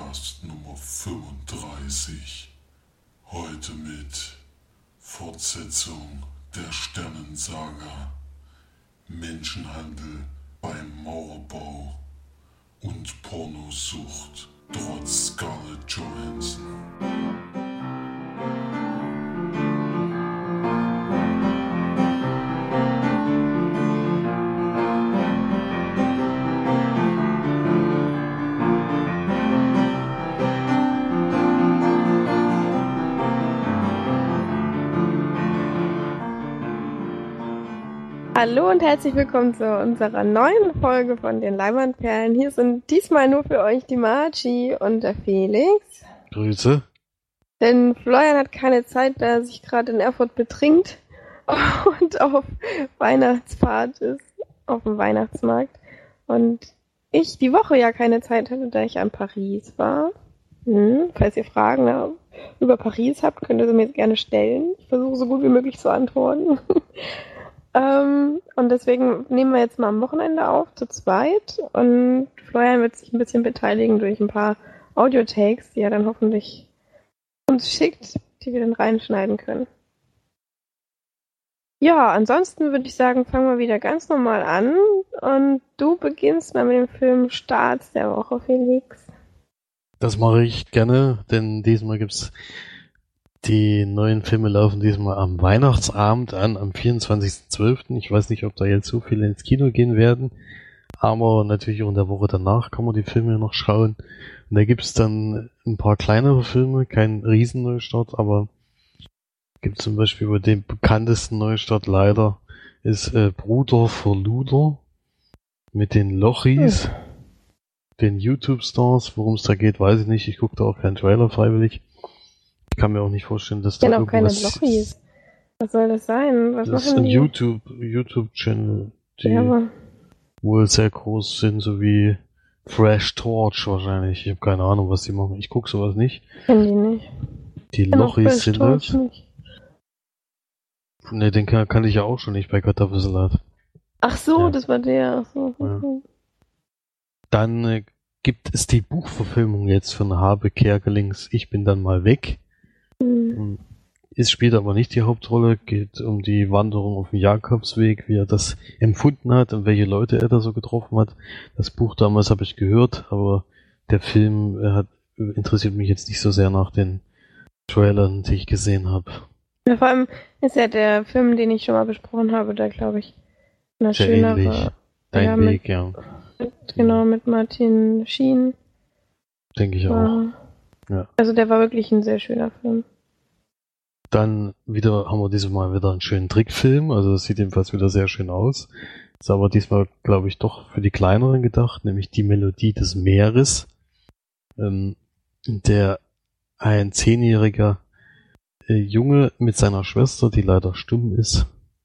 Podcast Nummer 35. Heute mit Fortsetzung der Sternensaga, Menschenhandel beim Mauerbau und Pornosucht trotz Scarlett Johansson. Hallo und herzlich willkommen zu unserer neuen Folge von den Leinwandperlen. Hier sind diesmal nur für euch die Marci und der Felix. Grüße. Denn Florian hat keine Zeit, da er sich gerade in Erfurt betrinkt und auf Weihnachtsfahrt ist, auf dem Weihnachtsmarkt. Und ich die Woche ja keine Zeit hatte, da ich an Paris war. Falls ihr Fragen über Paris habt, könnt ihr sie mir jetzt gerne stellen. Ich versuche so gut wie möglich zu antworten. Und deswegen nehmen wir jetzt mal am Wochenende auf, zu zweit. Und Florian wird sich ein bisschen beteiligen durch ein paar Audiotakes, die er dann hoffentlich uns schickt, die wir dann reinschneiden können. Ja, ansonsten würde ich sagen, fangen wir wieder ganz normal an. Und du beginnst mal mit dem Film Starts der Woche, Felix. Das mache ich gerne, denn diesmal gibt's die neuen Filme laufen diesmal am Weihnachtsabend an, am 24.12. Ich weiß nicht, ob da jetzt so viele ins Kino gehen werden, aber natürlich auch in der Woche danach kann man die Filme noch schauen. Und da gibt's dann ein paar kleinere Filme, kein Riesenneustart, aber gibt zum Beispiel über den bekanntesten Neustart leider ist Bruder vor Luder mit den Lochis, den YouTube-Stars. Worum es da geht, weiß ich nicht. Ich gucke da auch keinen Trailer freiwillig. Ich kann mir auch nicht vorstellen, dass da auch keine irgendwas... Lochis. Was soll das sein? Was das ist machen ein die? YouTube-Channel, die wohl sehr groß sind, so wie Fresh Torch wahrscheinlich. Ich habe keine Ahnung, was die machen. Ich gucke sowas nicht. Kennen die nicht. Die Lochis sind das. Ne, den kann ich ja auch schon nicht bei Kartoffelsalat. Ach so, Ja. das war der. Ach so. Ja. Dann gibt es die Buchverfilmung jetzt von Habe Kerkelings Ich bin dann mal weg. Es spielt aber nicht die Hauptrolle, geht um die Wanderung auf dem Jakobsweg, wie er das empfunden hat und welche Leute er da so getroffen hat. Das Buch damals habe ich gehört, aber der Film interessiert mich jetzt nicht so sehr nach den Trailern, die ich gesehen habe. Ja, vor allem ist ja der Film, den ich schon mal besprochen habe, da glaube ich eine Sehr schönere... ähnlich. Dein Weg, ja. Genau, mit Martin Sheen. Denke ich auch. Ja. Also der war wirklich ein sehr schöner Film. Dann haben wir dieses Mal wieder einen schönen Trickfilm, also das sieht jedenfalls wieder sehr schön aus. Ist aber diesmal, glaube ich, doch für die kleineren gedacht, nämlich die Melodie des Meeres, in der ein 10-jähriger Junge mit seiner Schwester, die leider stumm ist,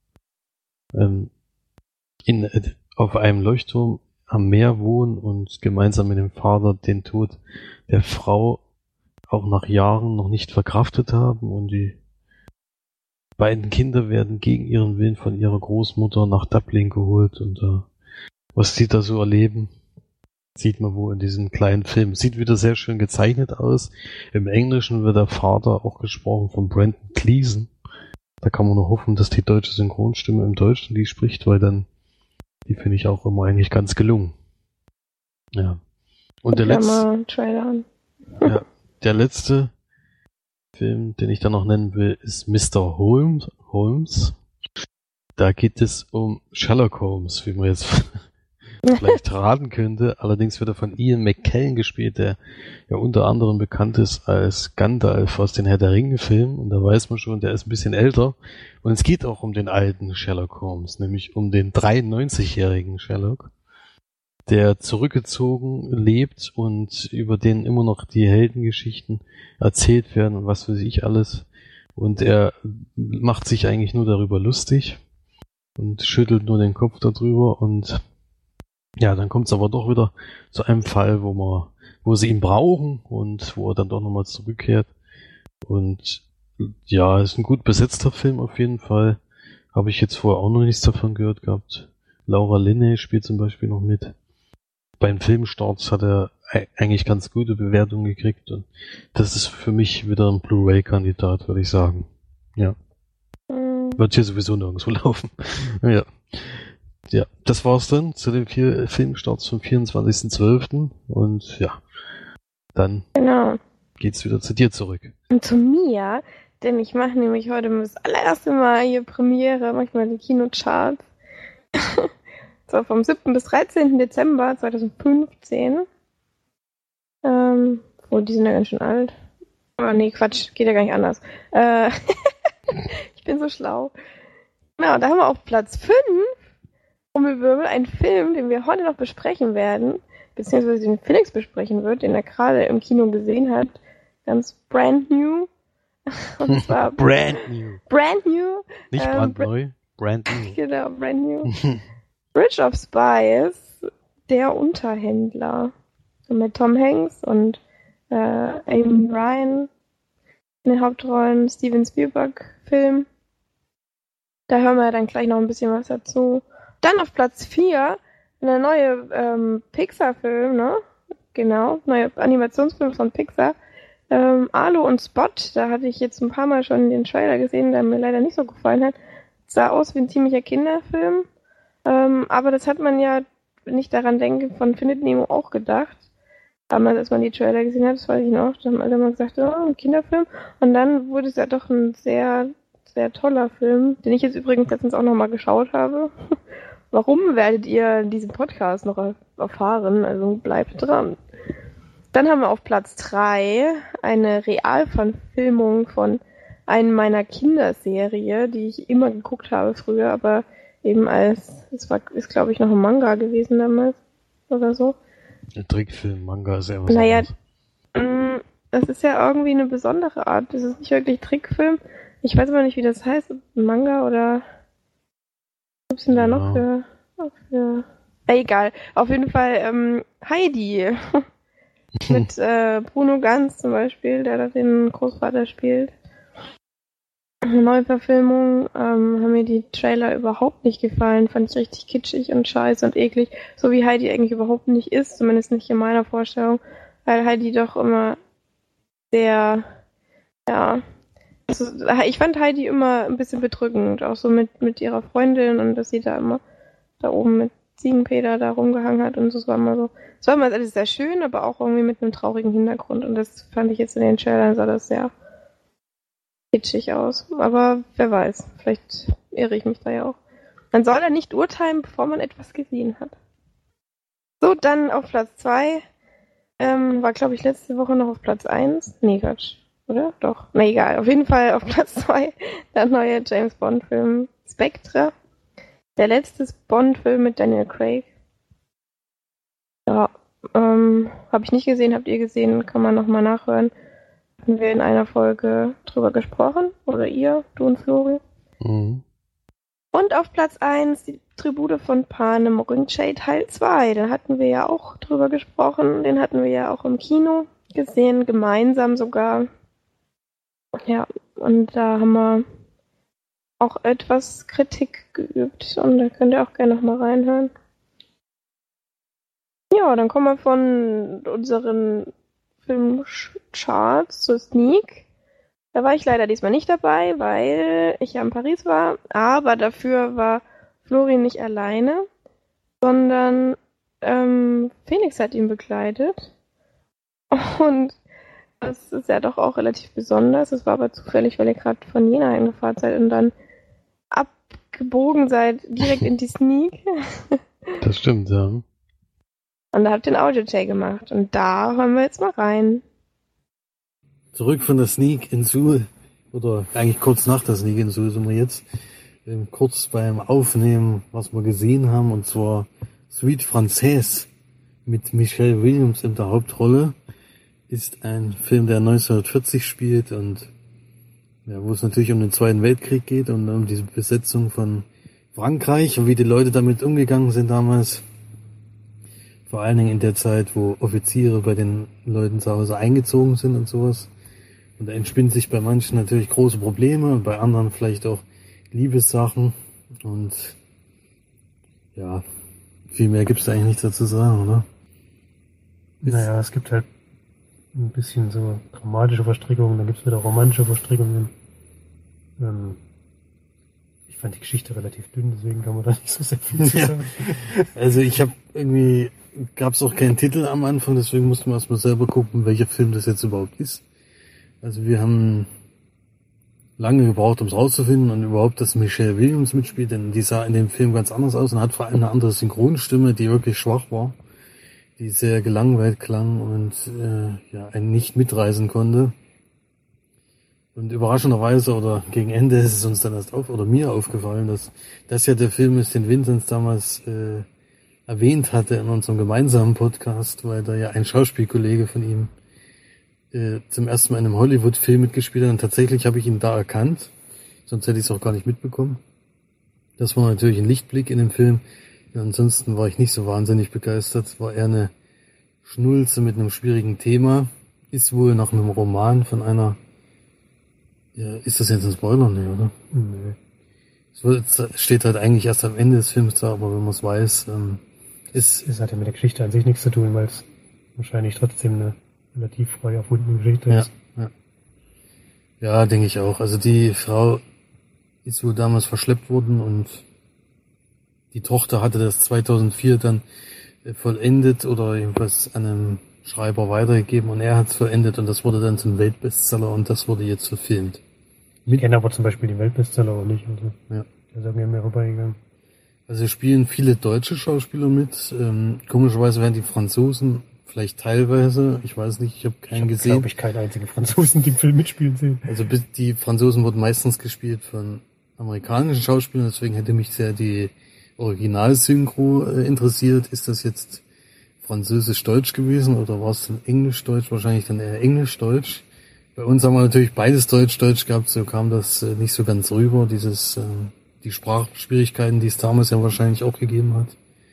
auf einem Leuchtturm am Meer wohnen und gemeinsam mit dem Vater den Tod der Frau auch nach Jahren noch nicht verkraftet haben, und die beiden Kinder werden gegen ihren Willen von ihrer Großmutter nach Dublin geholt, und was sie da so erleben, sieht man wohl in diesem kleinen Film. Sieht wieder sehr schön gezeichnet aus. Im Englischen wird der Vater auch gesprochen von Brendan Gleeson. Da kann man nur hoffen, dass die deutsche Synchronstimme im Deutschen die spricht, weil dann die finde ich auch immer eigentlich ganz gelungen. Ja. Und der letzte Trailer an. Ja, der letzte Film, den ich dann noch nennen will, ist Mr. Holmes. Da geht es um Sherlock Holmes, wie man jetzt vielleicht raten könnte. Allerdings wird er von Ian McKellen gespielt, der ja unter anderem bekannt ist als Gandalf aus den Herr der Ringe-Filmen. Und da weiß man schon, der ist ein bisschen älter. Und es geht auch um den alten Sherlock Holmes, nämlich um den 93-jährigen Sherlock, der zurückgezogen lebt und über den immer noch die Heldengeschichten erzählt werden und was weiß ich alles. Und er macht sich eigentlich nur darüber lustig und schüttelt nur den Kopf darüber. Und ja, dann kommt es aber doch wieder zu einem Fall, wo sie ihn brauchen und wo er dann doch nochmal zurückkehrt. Und ja, ist ein gut besetzter Film auf jeden Fall. Habe ich jetzt vorher auch noch nichts davon gehört gehabt. Laura Linney spielt zum Beispiel noch mit. Beim Filmstarts hat er eigentlich ganz gute Bewertungen gekriegt und das ist für mich wieder ein Blu-ray-Kandidat, würde ich sagen. Ja. Wird hier sowieso nirgendwo laufen. Ja. Ja, das war's dann zu den 4 Filmstarts vom 24.12. Und ja, dann geht's wieder zu dir zurück. Und zu mir, denn ich mache nämlich heute das allererste Mal hier Premiere, manchmal die Kinocharts. So vom 7. bis 13. Dezember 2015. Die sind ja ganz schön alt. Oh nee, Quatsch, geht ja gar nicht anders. Ich bin so schlau. Genau, da haben wir auf Platz 5 Trommelwirbel einen Film, den wir heute noch besprechen werden, beziehungsweise den Felix besprechen wird, den er gerade im Kino gesehen hat. Ganz brand new. Und zwar brand new. Brand new. Nicht brandneu, brand new. Genau, brand new. Bridge of Spies, der Unterhändler. Mit Tom Hanks und Amy Ryan in den Hauptrollen, Steven Spielberg-Film. Da hören wir dann gleich noch ein bisschen was dazu. Dann auf Platz 4 eine neue Pixar-Film, ne? Genau, neue Animationsfilm von Pixar. Arlo und Spot, da hatte ich jetzt ein paar Mal schon den Trailer gesehen, der mir leider nicht so gefallen hat. Sah aus wie ein ziemlicher Kinderfilm. Aber das hat man ja, wenn ich daran denke, von Findet Nemo auch gedacht. Damals, als man die Trailer gesehen hat, das weiß ich noch, da haben alle mal gesagt, oh, ein Kinderfilm. Und dann wurde es ja doch ein sehr, sehr toller Film, den ich jetzt übrigens letztens auch nochmal geschaut habe. Warum, werdet ihr in diesem Podcast noch erfahren, also bleibt dran. Dann haben wir auf Platz 3 eine Realverfilmung von einer meiner Kinderserie, die ich immer geguckt habe früher, aber eben ist glaube ich noch ein Manga gewesen damals oder so. Ein Trickfilm, Manga ist ja was anderes. Das ist ja irgendwie eine besondere Art. Das ist nicht wirklich Trickfilm. Ich weiß aber nicht, wie das heißt, ob ein Manga oder was gibt's denn da noch für egal. Auf jeden Fall Heidi mit Bruno Ganz zum Beispiel, der da den Großvater spielt. Eine Neuverfilmung, haben mir die Trailer überhaupt nicht gefallen, fand ich richtig kitschig und scheiße und eklig, so wie Heidi eigentlich überhaupt nicht ist, zumindest nicht in meiner Vorstellung, weil Heidi doch immer sehr, ja, also, ich fand Heidi immer ein bisschen bedrückend, auch so mit ihrer Freundin und dass sie da immer da oben mit Ziegenpeter da rumgehangen hat und so, es war immer alles sehr schön, aber auch irgendwie mit einem traurigen Hintergrund und das fand ich jetzt in den Trailern, sah das sehr kitschig aus. Aber wer weiß, vielleicht irre ich mich da ja auch. Man soll ja nicht urteilen, bevor man etwas gesehen hat. So, dann auf Platz 2. War, glaube ich, letzte Woche noch auf Platz 1. Nee, Quatsch. Oder? Doch. Na egal. Auf jeden Fall auf Platz 2 der neue James Bond-Film Spectre. Der letzte Bond-Film mit Daniel Craig. Ja, habe ich nicht gesehen, habt ihr gesehen, kann man nochmal nachhören. Hatten wir in einer Folge drüber gesprochen, oder ihr, du und Flori. Mhm. Und auf Platz 1 die Tribute von Panem Rinpoche Teil 2. Da hatten wir ja auch drüber gesprochen, den hatten wir ja auch im Kino gesehen, gemeinsam sogar. Ja, und da haben wir auch etwas Kritik geübt und da könnt ihr auch gerne nochmal reinhören. Ja, dann kommen wir von unseren Filmcharts zur Sneak. Da war ich leider diesmal nicht dabei, weil ich ja in Paris war, aber dafür war Florian nicht alleine, sondern Felix hat ihn begleitet. Und das ist ja doch auch relativ besonders. Es war aber zufällig, weil ihr gerade von Jena hingefahren seid und dann abgebogen seid direkt in die Sneak. Das stimmt, ja. Und da habt ihr einen Audio-Jay gemacht. Und da hören wir jetzt mal rein. Zurück von der Sneak in Suhl, oder eigentlich kurz nach der Sneak in Suhl sind wir jetzt, kurz beim Aufnehmen, was wir gesehen haben, und zwar Suite Française mit Michelle Williams in der Hauptrolle. Ist ein Film, der 1940 spielt und ja, wo es natürlich um den Zweiten Weltkrieg geht und um diese Besetzung von Frankreich und wie die Leute damit umgegangen sind damals. Vor allen Dingen in der Zeit, wo Offiziere bei den Leuten zu Hause eingezogen sind und sowas. Und da entspinnen sich bei manchen natürlich große Probleme und bei anderen vielleicht auch Liebessachen. Und ja, viel mehr gibt's da eigentlich nichts dazu zu sagen, oder? Naja, es gibt halt ein bisschen so dramatische Verstrickungen, dann gibt's wieder romantische Verstrickungen. Ich fand die Geschichte relativ dünn, deswegen kann man da nicht so sehr viel zu sagen. Also gab's auch keinen Titel am Anfang, deswegen mussten wir erstmal selber gucken, welcher Film das jetzt überhaupt ist. Also wir haben lange gebraucht, um es rauszufinden und überhaupt, dass Michelle Williams mitspielt, denn die sah in dem Film ganz anders aus und hat vor allem eine andere Synchronstimme, die wirklich schwach war, die sehr gelangweilt klang und einen nicht mitreißen konnte. Und überraschenderweise oder gegen Ende ist es uns dann mir aufgefallen, dass das ja der Film ist, den Vinzenz damals erwähnt hatte in unserem gemeinsamen Podcast, weil da ja ein Schauspielkollege von ihm zum ersten Mal in einem Hollywood-Film mitgespielt hat und tatsächlich habe ich ihn da erkannt, sonst hätte ich es auch gar nicht mitbekommen. Das war natürlich ein Lichtblick in dem Film. Ja, ansonsten war ich nicht so wahnsinnig begeistert, war eher eine Schnulze mit einem schwierigen Thema, ist wohl nach einem Roman von einer. Ja, ist das jetzt ein Spoiler? Nee, oder? Nee. Es steht halt eigentlich erst am Ende des Films da, aber wenn man es weiß, es hat ja mit der Geschichte an sich nichts zu tun, weil es wahrscheinlich trotzdem eine relativ frei erfundene Geschichte ist. Ja, denke ich auch. Also die Frau ist wohl damals verschleppt worden und die Tochter hatte das 2004 dann vollendet oder jedenfalls einem Schreiber weitergegeben und er hat es vollendet und das wurde dann zum Weltbestseller und das wurde jetzt verfilmt. Ich kenne aber zum Beispiel die Weltbestseller auch nicht. Also ja. Der ist mir vorbeigegangen. Also spielen viele deutsche Schauspieler mit. Komischerweise werden die Franzosen vielleicht teilweise, ich weiß nicht, ich habe keinen gesehen. Ich glaube, ich keinen einzigen Franzosen, die im Film mitspielen sehen. Also die Franzosen wurden meistens gespielt von amerikanischen Schauspielern, deswegen hätte mich sehr die Originalsynchro interessiert. Ist das jetzt Französisch-Deutsch gewesen oder war es dann Englisch-Deutsch? Wahrscheinlich dann eher Englisch-Deutsch. Bei uns haben wir natürlich beides Deutsch-Deutsch gehabt, so kam das nicht so ganz rüber, die Sprachschwierigkeiten, die es damals ja wahrscheinlich auch gegeben hat.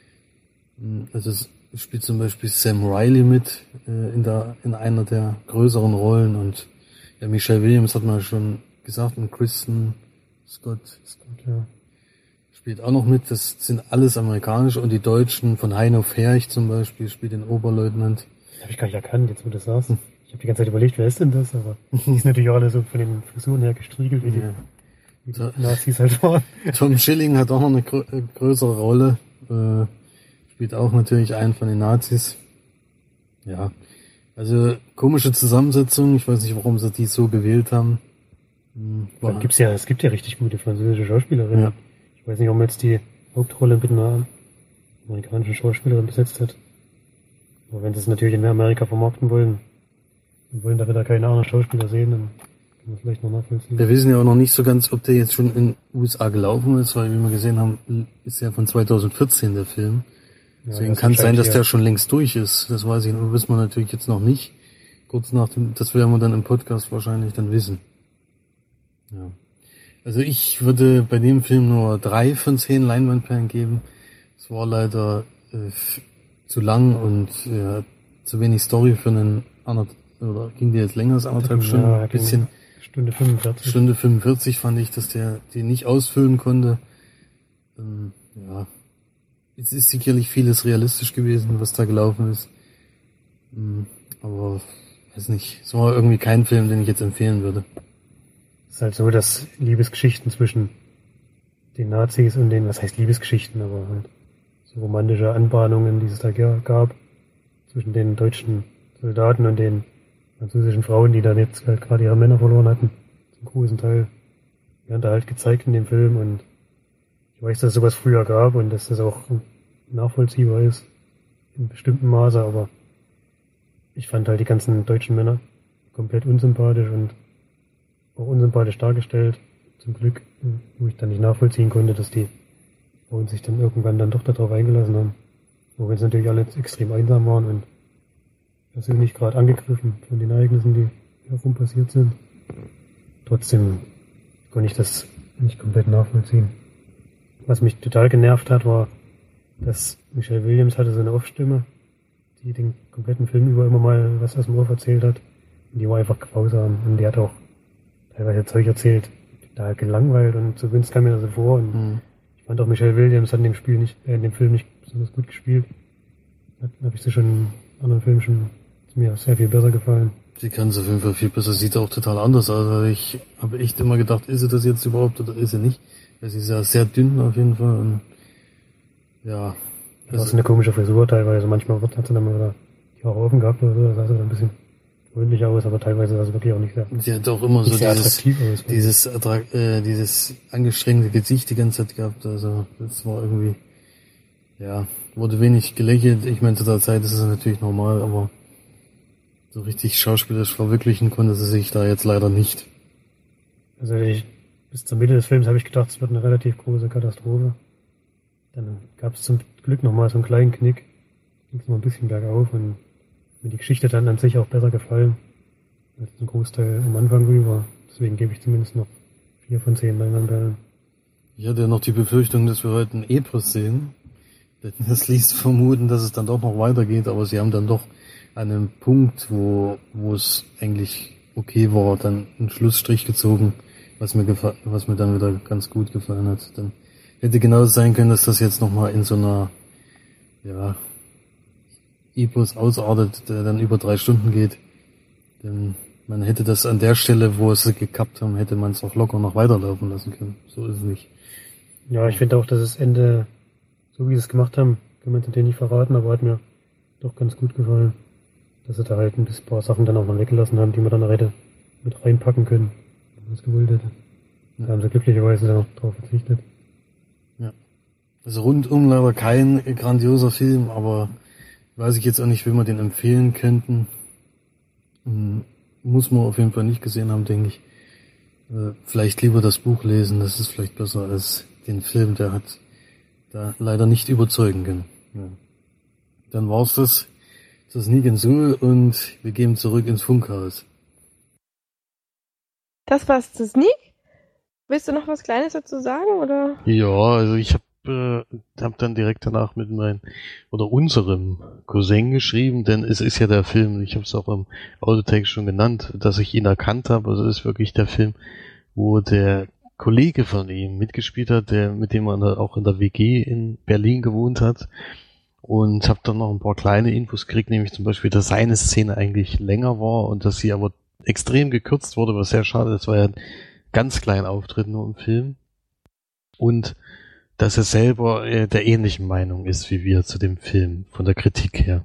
Also es spielt zum Beispiel Sam Riley mit in einer der größeren Rollen und ja, Michelle Williams hat man schon gesagt und Kristen Scott ja, spielt auch noch mit. Das sind alles amerikanische und die Deutschen von Heino Ferch zum Beispiel spielt den Oberleutnant. Habe ich gar nicht erkannt, jetzt wo du das sagst. Ich habe die ganze Zeit überlegt, wer ist denn das? Aber die ist natürlich auch alle so von den Frisuren her gestriegelt, wie die Nazis halt waren. Tom Schilling hat auch noch eine größere Rolle. Spielt auch natürlich einen von den Nazis. Ja, also komische Zusammensetzung. Ich weiß nicht, warum sie die so gewählt haben. Es gibt ja richtig gute französische Schauspielerinnen. Ja. Ich weiß nicht, ob man jetzt die Hauptrolle mit einer amerikanischen Schauspielerin besetzt hat. Aber wenn sie es natürlich in Amerika vermarkten wollen und wollen da wieder keine anderen Schauspieler sehen, dann kann man es vielleicht noch nachvollziehen. Wir wissen ja auch noch nicht so ganz, ob der jetzt schon in den USA gelaufen ist, weil wie wir gesehen haben, ist ja von 2014 der Film. Deswegen kann es sein, dass der schon längst durch ist. Das weiß ich, aber wissen wir natürlich jetzt noch nicht. Kurz nach dem, das werden wir dann im Podcast wahrscheinlich dann wissen. Ja. Also ich würde bei dem Film nur 3 von 10 Leinwandperlen geben. Es war leider zu lang und zu wenig Story für einen oder ging die jetzt länger als 1,5 Stunden? Ja, ein bisschen. Stunde 45. Stunde 45 fand ich, dass der die nicht ausfüllen konnte. Ja. Es ist sicherlich vieles realistisch gewesen, was da gelaufen ist. Aber, weiß nicht, es war irgendwie kein Film, den ich jetzt empfehlen würde. Es ist halt so, dass Liebesgeschichten zwischen den Nazis und den, was heißt Liebesgeschichten, aber halt so romantische Anbahnungen, die es da gab, zwischen den deutschen Soldaten und den französischen Frauen, die dann jetzt halt gerade ihre Männer verloren hatten, zum großen Teil, werden da halt gezeigt in dem Film und ich weiß, dass es sowas früher gab und dass das auch nachvollziehbar ist, in bestimmtem Maße, aber ich fand halt die ganzen deutschen Männer komplett unsympathisch und auch unsympathisch dargestellt, zum Glück, wo ich dann nicht nachvollziehen konnte, dass die Frauen sich dann irgendwann dann doch darauf eingelassen haben. Auch wenn es natürlich alle extrem einsam waren und persönlich gerade angegriffen von den Ereignissen, die herum passiert sind. Trotzdem konnte ich das nicht komplett nachvollziehen. Was mich total genervt hat, war, dass Michelle Williams hatte so eine Off-Stimme, die den kompletten Film über immer mal was aus dem Off erzählt hat. Und die war einfach grausam. Und die hat auch teilweise Zeug erzählt, total gelangweilt und zumindest kam mir das so vor. Und ich fand auch Michelle Williams hat in dem Film nicht besonders gut gespielt. Habe ich sie schon anderen Filmen schon ist mir sehr viel besser gefallen. Sie kann es auf jeden Fall viel besser, sieht auch total anders aus. Also ich habe echt immer gedacht, ist sie das jetzt überhaupt oder ist sie nicht? Weil sie ist ja sehr dünn auf jeden Fall und ja. Das ist eine komische Frisur teilweise. Manchmal hat sie dann mal wieder die Haare offen gehabt oder so, das sah so ein bisschen freundlich aus, aber teilweise sah es wirklich auch nicht sehr. Sie hat auch immer so dieses angestrengte Gesicht die ganze Zeit gehabt. Also das war irgendwie, ja, wurde wenig gelächelt. Ich meine, zu der Zeit ist es natürlich normal, aber so richtig schauspielerisch verwirklichen konnte sie sich da jetzt leider nicht. Also bis zur Mitte des Films habe ich gedacht, es wird eine relativ große Katastrophe. Dann gab es zum Glück nochmal so einen kleinen Knick. Ging es noch ein bisschen bergauf und mir die Geschichte dann an sich auch besser gefallen, als ein Großteil am Anfang rüber. Deswegen gebe ich zumindest noch 4 von 10 Leinwandperlen. Ich hatte ja noch die Befürchtung, dass wir heute ein Epos sehen. Das ließ vermuten, dass es dann doch noch weitergeht, aber sie haben dann doch an einem Punkt, wo es eigentlich okay war, dann einen Schlussstrich gezogen, was mir dann wieder ganz gut gefallen hat. Dann hätte genauso sein können, dass das jetzt nochmal in so einer, ja, Epos ausartet, der dann über 3 Stunden geht. Denn man hätte das an der Stelle, wo es gekappt haben, hätte man es auch locker noch weiterlaufen lassen können. So ist es nicht. Ja, ich finde auch, dass das Ende, so wie sie es gemacht haben, kann man es natürlich nicht verraten, aber hat mir doch ganz gut gefallen. Dass sie da halt ein paar Sachen dann auch noch weggelassen haben, die man dann hätte mit reinpacken können, wenn man es gewollt hätte. Da haben sie glücklicherweise dann auch drauf verzichtet. Ja. Also rundum leider kein grandioser Film, aber weiß ich jetzt auch nicht, wie wir den empfehlen könnten. Muss man auf jeden Fall nicht gesehen haben, denke ich. Vielleicht lieber das Buch lesen, das ist vielleicht besser als den Film, der hat da leider nicht überzeugen können. Ja. Dann war's das Sneak in Seoul und wir gehen zurück ins Funkhaus. Das war's zu Sneak? Willst du noch was Kleines dazu sagen, oder? Ja, also ich hab dann direkt danach mit unserem Cousin geschrieben, denn es ist ja der Film, ich habe es auch im Autotext schon genannt, dass ich ihn erkannt habe. Also es ist wirklich der Film, wo der Kollege von ihm mitgespielt hat, mit dem man auch in der WG in Berlin gewohnt hat. Und habe dann noch ein paar kleine Infos gekriegt, nämlich zum Beispiel, dass seine Szene eigentlich länger war und dass sie aber extrem gekürzt wurde, was sehr schade ist, weil er einen ganz kleinen Auftritt nur im Film. Und dass er selber der ähnlichen Meinung ist wie wir zu dem Film, von der Kritik her.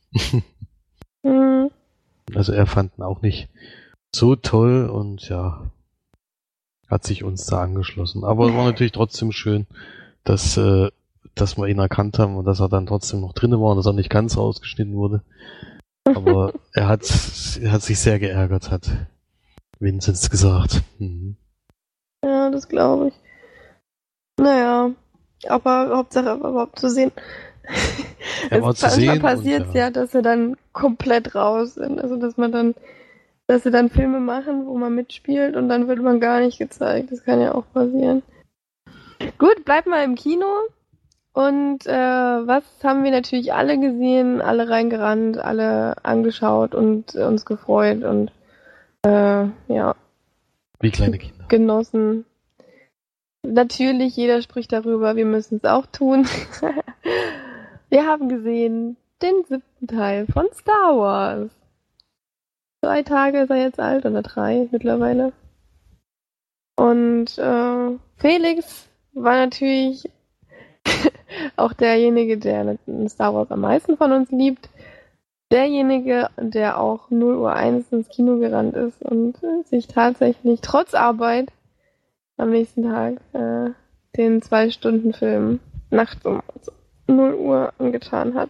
Also er fand ihn auch nicht so toll und ja, hat sich uns da angeschlossen. Aber es war natürlich trotzdem schön, dass wir ihn erkannt haben und dass er dann trotzdem noch drinne war und dass er nicht ganz rausgeschnitten wurde. Aber er hat sich sehr geärgert, hat Vinzenz gesagt. Mhm. Ja, das glaube ich. Naja, aber Hauptsache er war überhaupt zu sehen. Er war zu sehen. Manchmal passiert es ja, dass sie dann komplett raus sind. Also dass sie dann Filme machen, wo man mitspielt und dann wird man gar nicht gezeigt. Das kann ja auch passieren. Gut, bleiben wir im Kino. Und was haben wir natürlich alle gesehen, alle reingerannt, alle angeschaut und uns gefreut und ja. Wie kleine Kinder. Genossen. Natürlich, jeder spricht darüber, wir müssen es auch tun. Wir haben gesehen den 7. Teil von Star Wars. 3 Tage ist er jetzt alt, oder 3 mittlerweile. Und Felix war natürlich auch derjenige, der Star Wars am meisten von uns liebt. Derjenige, der auch 0:01 ins Kino gerannt ist und sich tatsächlich trotz Arbeit am nächsten Tag den 2-Stunden-Film nachts um 0 Uhr angetan hat.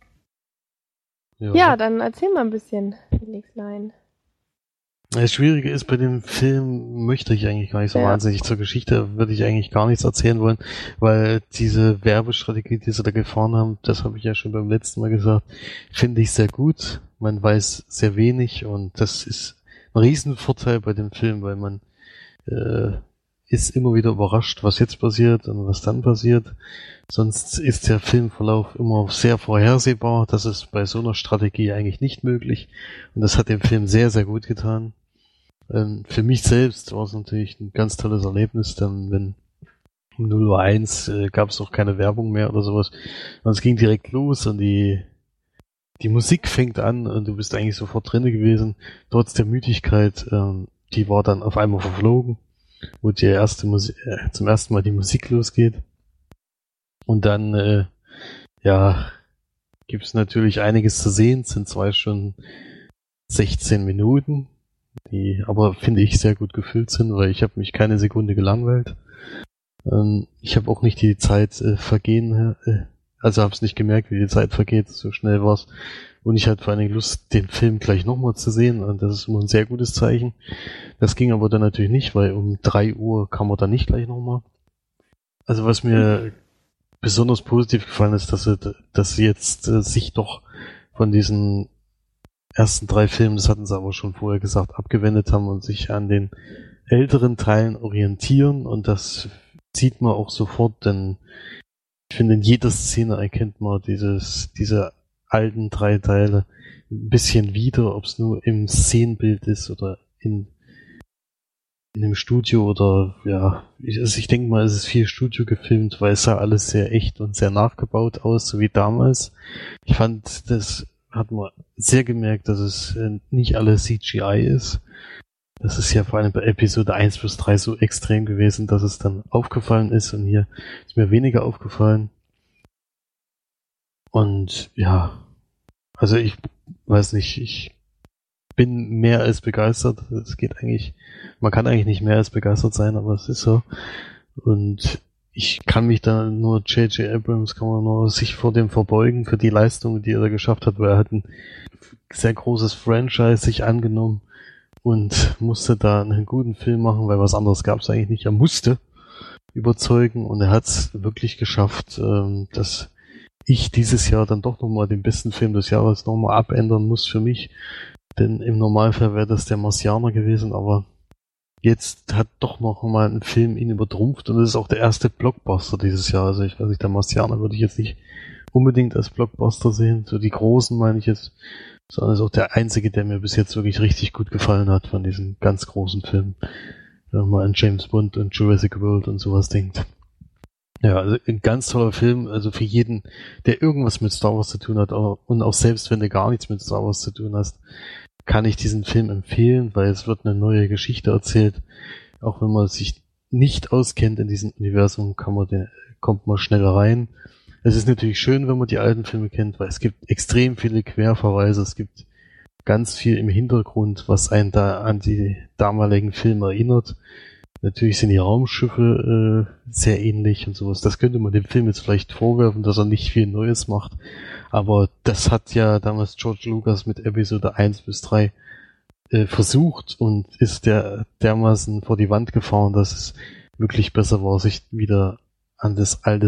Ja, dann erzähl mal ein bisschen, Felixlein. Das Schwierige ist, bei dem Film möchte ich eigentlich gar nicht so wahnsinnig. Zur Geschichte würde ich eigentlich gar nichts erzählen wollen, weil diese Werbestrategie, die sie da gefahren haben, das habe ich ja schon beim letzten Mal gesagt, finde ich sehr gut. Man weiß sehr wenig und das ist ein Riesenvorteil bei dem Film, weil man ist immer wieder überrascht, was jetzt passiert und was dann passiert. Sonst ist der Filmverlauf immer sehr vorhersehbar. Das ist bei so einer Strategie eigentlich nicht möglich. Und das hat dem Film sehr, sehr gut getan. Für mich selbst war es natürlich ein ganz tolles Erlebnis, dann wenn um 0:01 gab es auch keine Werbung mehr oder sowas. Und es ging direkt los und die die Musik fängt an und du bist eigentlich sofort drinne gewesen, trotz der Müdigkeit, die war dann auf einmal verflogen, wo die zum ersten Mal die Musik losgeht. Und dann, gibt's natürlich einiges zu sehen, es sind 2 Stunden 16 Minuten, die aber, finde ich, sehr gut gefüllt sind, weil ich habe mich keine Sekunde gelangweilt. Ich habe auch nicht die Zeit also habe es nicht gemerkt, wie die Zeit vergeht, so schnell war's. Und ich hatte vor allem Lust, den Film gleich nochmal zu sehen, und das ist immer ein sehr gutes Zeichen. Das ging aber dann natürlich nicht, weil um 3 Uhr kam man dann nicht gleich nochmal. Also was mir besonders positiv gefallen ist, dass sie jetzt sich doch von diesen ersten 3 Filmen, das hatten sie aber schon vorher gesagt, abgewendet haben und sich an den älteren Teilen orientieren, und das sieht man auch sofort, denn ich finde, in jeder Szene erkennt man diese alten 3 Teile ein bisschen wieder, ob es nur im Szenenbild ist oder in dem Studio oder ich denke mal, es ist viel Studio gefilmt, weil es sah alles sehr echt und sehr nachgebaut aus, so wie damals. Ich fand, das hat man sehr gemerkt, dass es nicht alles CGI ist. Das ist ja vor allem bei Episode 1-3 so extrem gewesen, dass es dann aufgefallen ist, und hier ist mir weniger aufgefallen. Und ja, also ich weiß nicht, ich bin mehr als begeistert. Man kann eigentlich nicht mehr als begeistert sein, aber es ist so. Und ich kann mich da nur, J.J. Abrams kann man nur sich vor dem verbeugen für die Leistung, die er da geschafft hat, weil er hat ein sehr großes Franchise sich angenommen und musste da einen guten Film machen, weil was anderes gab es eigentlich nicht. Er musste überzeugen, und er hat es wirklich geschafft, dass ich dieses Jahr dann doch nochmal den besten Film des Jahres nochmal abändern muss für mich. Denn im Normalfall wäre das der Marsianer gewesen, aber jetzt hat doch noch mal ein Film ihn übertrumpft, und das ist auch der erste Blockbuster dieses Jahr. Also ich weiß nicht, der Marsianer würde ich jetzt nicht unbedingt als Blockbuster sehen, so die großen meine ich jetzt, sondern ist auch der einzige, der mir bis jetzt wirklich richtig gut gefallen hat von diesen ganz großen Filmen. Wenn man mal an James Bond und Jurassic World und sowas denkt. Ja, also ein ganz toller Film, also für jeden, der irgendwas mit Star Wars zu tun hat, und auch selbst wenn du gar nichts mit Star Wars zu tun hast, kann ich diesen Film empfehlen, weil es wird eine neue Geschichte erzählt. Auch wenn man sich nicht auskennt in diesem Universum, kommt man schneller rein. Es ist natürlich schön, wenn man die alten Filme kennt, weil es gibt extrem viele Querverweise, es gibt ganz viel im Hintergrund, was einen da an die damaligen Filme erinnert. Natürlich sind die Raumschiffe sehr ähnlich und sowas. Das könnte man dem Film jetzt vielleicht vorwerfen, dass er nicht viel Neues macht. Aber das hat ja damals George Lucas mit Episode 1-3 versucht und ist dermaßen vor die Wand gefahren, dass es wirklich besser war, sich wieder an das alte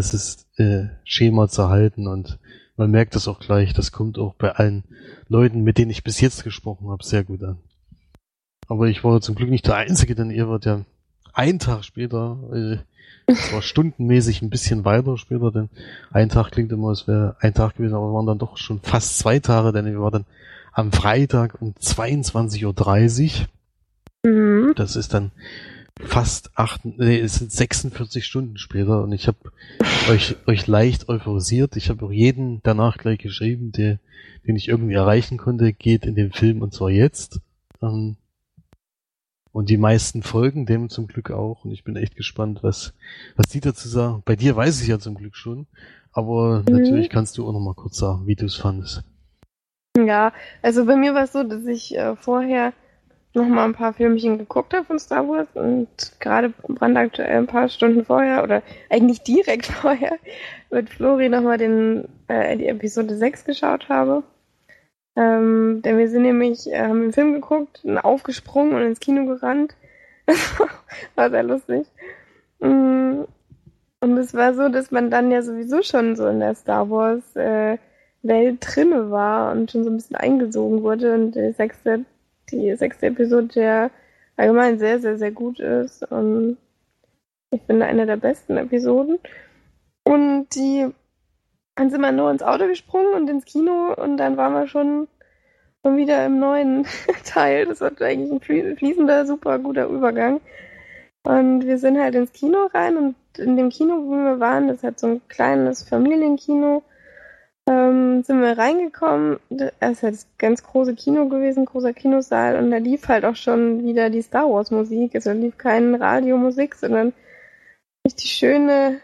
Schema zu halten. Und man merkt das auch gleich. Das kommt auch bei allen Leuten, mit denen ich bis jetzt gesprochen habe, sehr gut an. Aber ich war zum Glück nicht der Einzige, denn ihr wart ja einen Tag später, zwar stundenmäßig ein bisschen weiter später, denn ein Tag klingt immer, es wäre ein Tag gewesen, aber waren dann doch schon fast 2 Tage, denn wir waren dann am Freitag um 22:30 Uhr. Mhm. Das ist dann fast es sind 46 Stunden später, und ich habe euch leicht euphorisiert. Ich habe auch jeden danach gleich geschrieben, den ich irgendwie erreichen konnte, geht in den Film, und zwar jetzt. Und die meisten folgen dem zum Glück auch. Und ich bin echt gespannt, was die dazu sagen. Bei dir weiß ich ja zum Glück schon. Aber natürlich kannst du auch noch mal kurz sagen, wie du es fandest. Ja, also bei mir war es so, dass ich vorher noch mal ein paar Filmchen geguckt habe von Star Wars. Und gerade brandaktuell ein paar Stunden vorher, oder eigentlich direkt vorher, mit Flori noch mal die Episode 6 geschaut habe. Denn wir sind nämlich, haben den Film geguckt, aufgesprungen und ins Kino gerannt. Das war sehr lustig. Und es war so, dass man dann ja sowieso schon so in der Star Wars Welt drinne war und schon so ein bisschen eingesogen wurde. Und die sechste Episode ja allgemein sehr, sehr, sehr gut ist. Und ich finde, eine der besten Episoden. Und dann sind wir nur ins Auto gesprungen und ins Kino, und dann waren wir schon wieder im neuen Teil. Das war eigentlich ein fließender, super guter Übergang. Und wir sind halt ins Kino rein, und in dem Kino, wo wir waren, das ist halt so ein kleines Familienkino. sind wir reingekommen. Es ist halt das ganz große Kino gewesen, großer Kinosaal, und da lief halt auch schon wieder die Star Wars Musik. Also da lief keine Radiomusik, sondern richtig schöne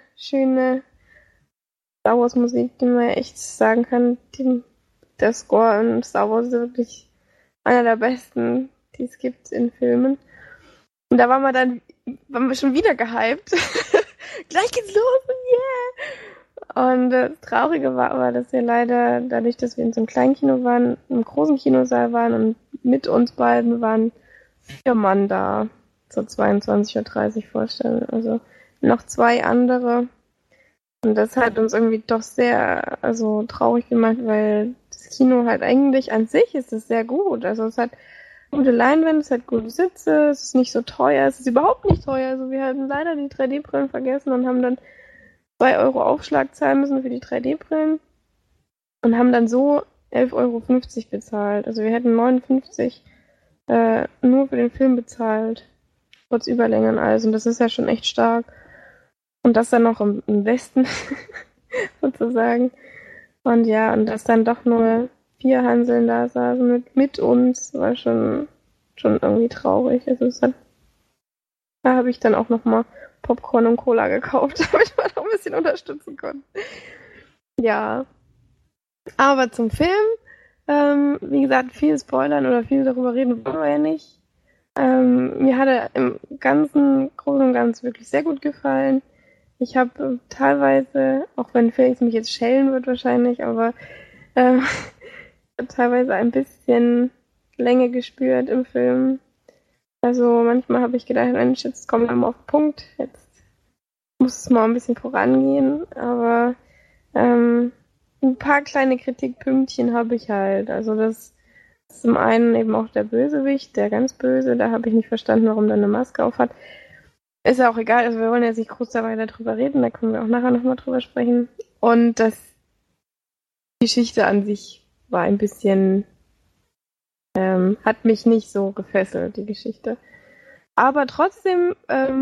Star Wars Musik, die man echt sagen kann, der Score in Star Wars ist wirklich einer der besten, die es gibt in Filmen. Und da waren wir schon wieder gehypt. Gleich geht's los und yeah! Und das Traurige war aber, dass wir leider, dadurch, dass wir in so einem kleinen Kino waren, im großen Kinosaal waren und mit uns beiden waren 4 Mann da zur 22:30 Uhr Vorstellung. Also noch 2 andere. Und das hat uns irgendwie doch sehr traurig gemacht, weil das Kino halt eigentlich an sich ist es sehr gut. Also es hat gute Leinwände, es hat gute Sitze, es ist nicht so teuer, es ist überhaupt nicht teuer. Also wir hatten leider die 3D-Brillen vergessen und haben dann 2 Euro Aufschlag zahlen müssen für die 3D-Brillen und haben dann so 11,50 Euro bezahlt. Also wir hätten 59 nur für den Film bezahlt, trotz Überlänge und alles. Und das ist ja schon echt stark. Und das dann noch im Westen, sozusagen. Und ja, und dass dann doch nur 4 Hanseln da saßen mit uns, war schon irgendwie traurig. Also da habe ich dann auch nochmal Popcorn und Cola gekauft, damit wir noch ein bisschen unterstützen konnten. Ja. Aber zum Film, wie gesagt, viel spoilern oder viel darüber reden wollen wir ja nicht. Mir hat er im Großen und Ganzen wirklich sehr gut gefallen. Ich habe teilweise, auch wenn Felix mich jetzt schellen wird wahrscheinlich, aber teilweise ein bisschen Länge gespürt im Film. Also manchmal habe ich gedacht, Mensch, jetzt kommen wir mal auf den Punkt, jetzt muss es mal ein bisschen vorangehen, aber ein paar kleine Kritikpünktchen habe ich halt. Also das ist zum einen eben auch der Bösewicht, der ganz Böse, da habe ich nicht verstanden, warum der eine Maske auf hat. Ist ja auch egal, also wir wollen jetzt nicht groß da weiter drüber reden, da können wir auch nachher nochmal drüber sprechen. Und die Geschichte an sich war ein bisschen, hat mich nicht so gefesselt, die Geschichte. Aber trotzdem,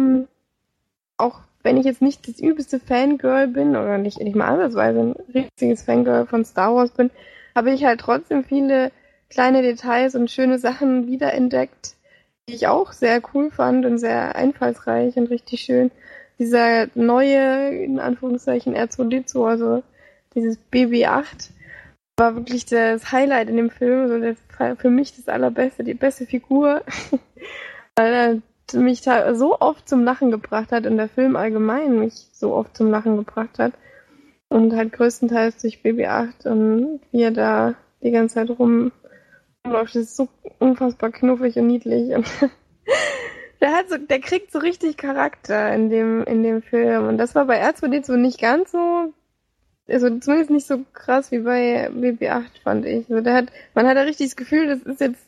auch wenn ich jetzt nicht das übelste Fangirl bin, oder nicht mal ansatzweise ein richtiges Fangirl von Star Wars bin, habe ich halt trotzdem viele kleine Details und schöne Sachen wiederentdeckt, die ich auch sehr cool fand und sehr einfallsreich und richtig schön. Dieser neue, in Anführungszeichen, R2D2, also dieses BB-8, war wirklich das Highlight in dem Film, also für mich das allerbeste, die beste Figur, weil er mich so oft zum Lachen gebracht hat und der Film allgemein mich so oft zum Lachen gebracht hat und halt größtenteils durch BB-8 und wie er da die ganze Zeit rumläuft, das ist so unfassbar knuffig und niedlich und der kriegt so richtig Charakter in dem Film und das war bei R2D2 nicht ganz so, also zumindest nicht so krass wie bei BB-8, fand ich. Also man hat da richtig das Gefühl, das ist jetzt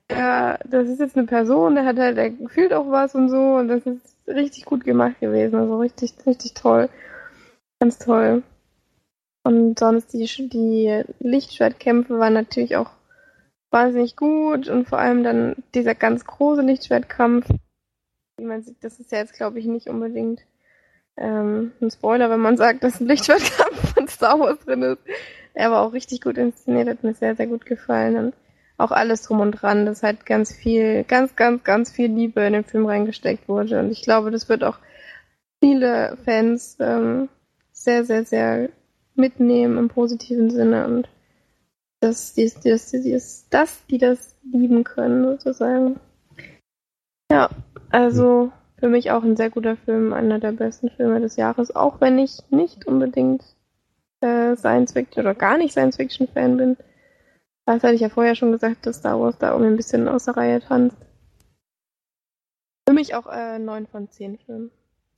eine Person, der fühlt auch was und so und das ist richtig gut gemacht gewesen, also richtig, richtig toll. Ganz toll. Und sonst die Lichtschwertkämpfe waren natürlich auch wahnsinnig gut und vor allem dann dieser ganz große Lichtschwertkampf, wie man sieht, das ist ja jetzt, glaube ich, nicht unbedingt ein Spoiler, wenn man sagt, dass ein Lichtschwertkampf von Star Wars drin ist. Er war auch richtig gut inszeniert, hat mir sehr, sehr gut gefallen und auch alles drum und dran, dass halt ganz viel Liebe in den Film reingesteckt wurde und ich glaube, das wird auch viele Fans sehr, sehr, sehr mitnehmen im positiven Sinne und dass die das lieben können, sozusagen. Ja, also für mich auch ein sehr guter Film, einer der besten Filme des Jahres, auch wenn ich nicht unbedingt Science-Fiction oder gar nicht Science-Fiction-Fan bin. Das hatte ich ja vorher schon gesagt, dass Star Wars da irgendwie ein bisschen aus der Reihe tanzt. Für mich auch 9 von 10 Filmen.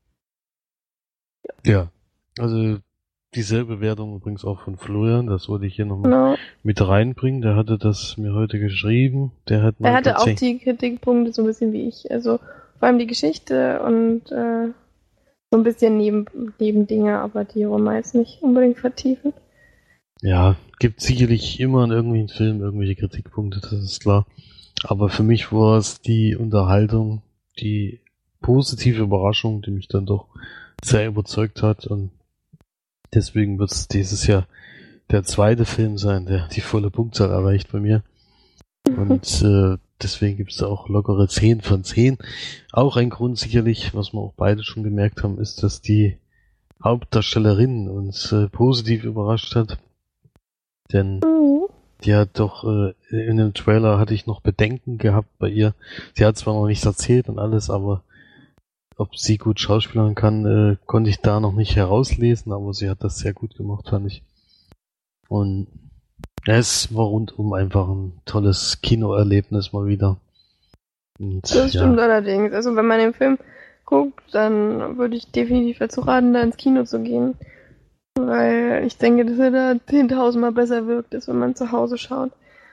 Ja, also dieselbe Wertung übrigens auch von Florian, das wollte ich hier nochmal mit reinbringen. Der hatte das mir heute geschrieben. Er hatte auch die Kritikpunkte so ein bisschen wie ich. Also vor allem die Geschichte und so ein bisschen Nebendinge, aber die wollen wir jetzt nicht unbedingt vertiefen. Ja, gibt sicherlich immer in irgendwelchen Filmen irgendwelche Kritikpunkte, das ist klar. Aber für mich war es die Unterhaltung, die positive Überraschung, die mich dann doch sehr überzeugt hat und deswegen wird es dieses Jahr der zweite Film sein, der die volle Punktzahl erreicht bei mir. Und deswegen gibt es da auch lockere 10 von 10. Auch ein Grund sicherlich, was wir auch beide schon gemerkt haben, ist, dass die Hauptdarstellerin uns positiv überrascht hat. Denn die hat doch, in dem Trailer hatte ich noch Bedenken gehabt bei ihr. Sie hat zwar noch nichts erzählt und alles, aber ob sie gut schauspielern kann, konnte ich da noch nicht herauslesen, aber sie hat das sehr gut gemacht, fand ich. Und es war rundum einfach ein tolles Kinoerlebnis mal wieder. Und, Das stimmt allerdings. Also wenn man den Film guckt, dann würde ich definitiv dazu raten, da ins Kino zu gehen. Weil ich denke, dass er da 10.000 Mal besser wirkt, als wenn man zu Hause schaut.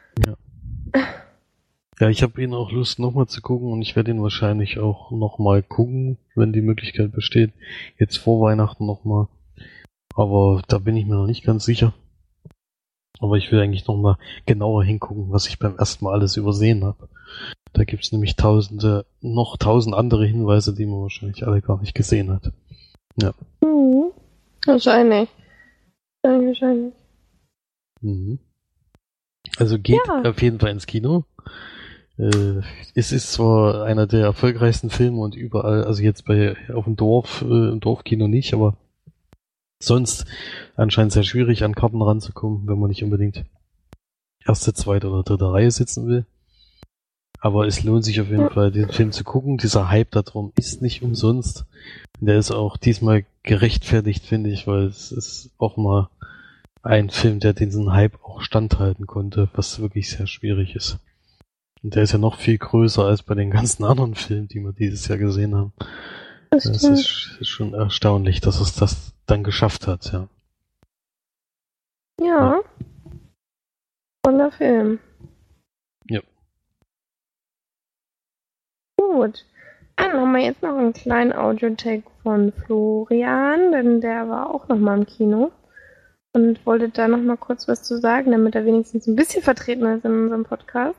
Ja, ich habe ihn auch Lust, nochmal zu gucken und ich werde ihn wahrscheinlich auch nochmal gucken, wenn die Möglichkeit besteht. Jetzt vor Weihnachten nochmal. Aber da bin ich mir noch nicht ganz sicher. Aber ich will eigentlich nochmal genauer hingucken, was ich beim ersten Mal alles übersehen habe. Da gibt's nämlich noch 1000 andere Hinweise, die man wahrscheinlich alle gar nicht gesehen hat. Ja. Wahrscheinlich. Wahrscheinlich. Also geht auf jeden Fall ins Kino. Es ist zwar einer der erfolgreichsten Filme und überall, also jetzt auf dem Dorf, im Dorfkino nicht, aber sonst anscheinend sehr schwierig an Karten ranzukommen, wenn man nicht unbedingt erste, zweite oder dritte Reihe sitzen will. Aber es lohnt sich auf jeden Fall, den Film zu gucken. Dieser Hype darum ist nicht umsonst. Der ist auch diesmal gerechtfertigt, finde ich, weil es ist auch mal ein Film, der diesen Hype auch standhalten konnte, was wirklich sehr schwierig ist. Und der ist ja noch viel größer als bei den ganzen anderen Filmen, die wir dieses Jahr gesehen haben. Das ist schon erstaunlich, dass es das dann geschafft hat, ja. Ja. Toller Film. Ja. Gut. Dann haben wir jetzt noch einen kleinen Audio-Tag von Florian, denn der war auch noch mal im Kino und wollte da noch mal kurz was zu sagen, damit er wenigstens ein bisschen vertreten ist in unserem Podcast.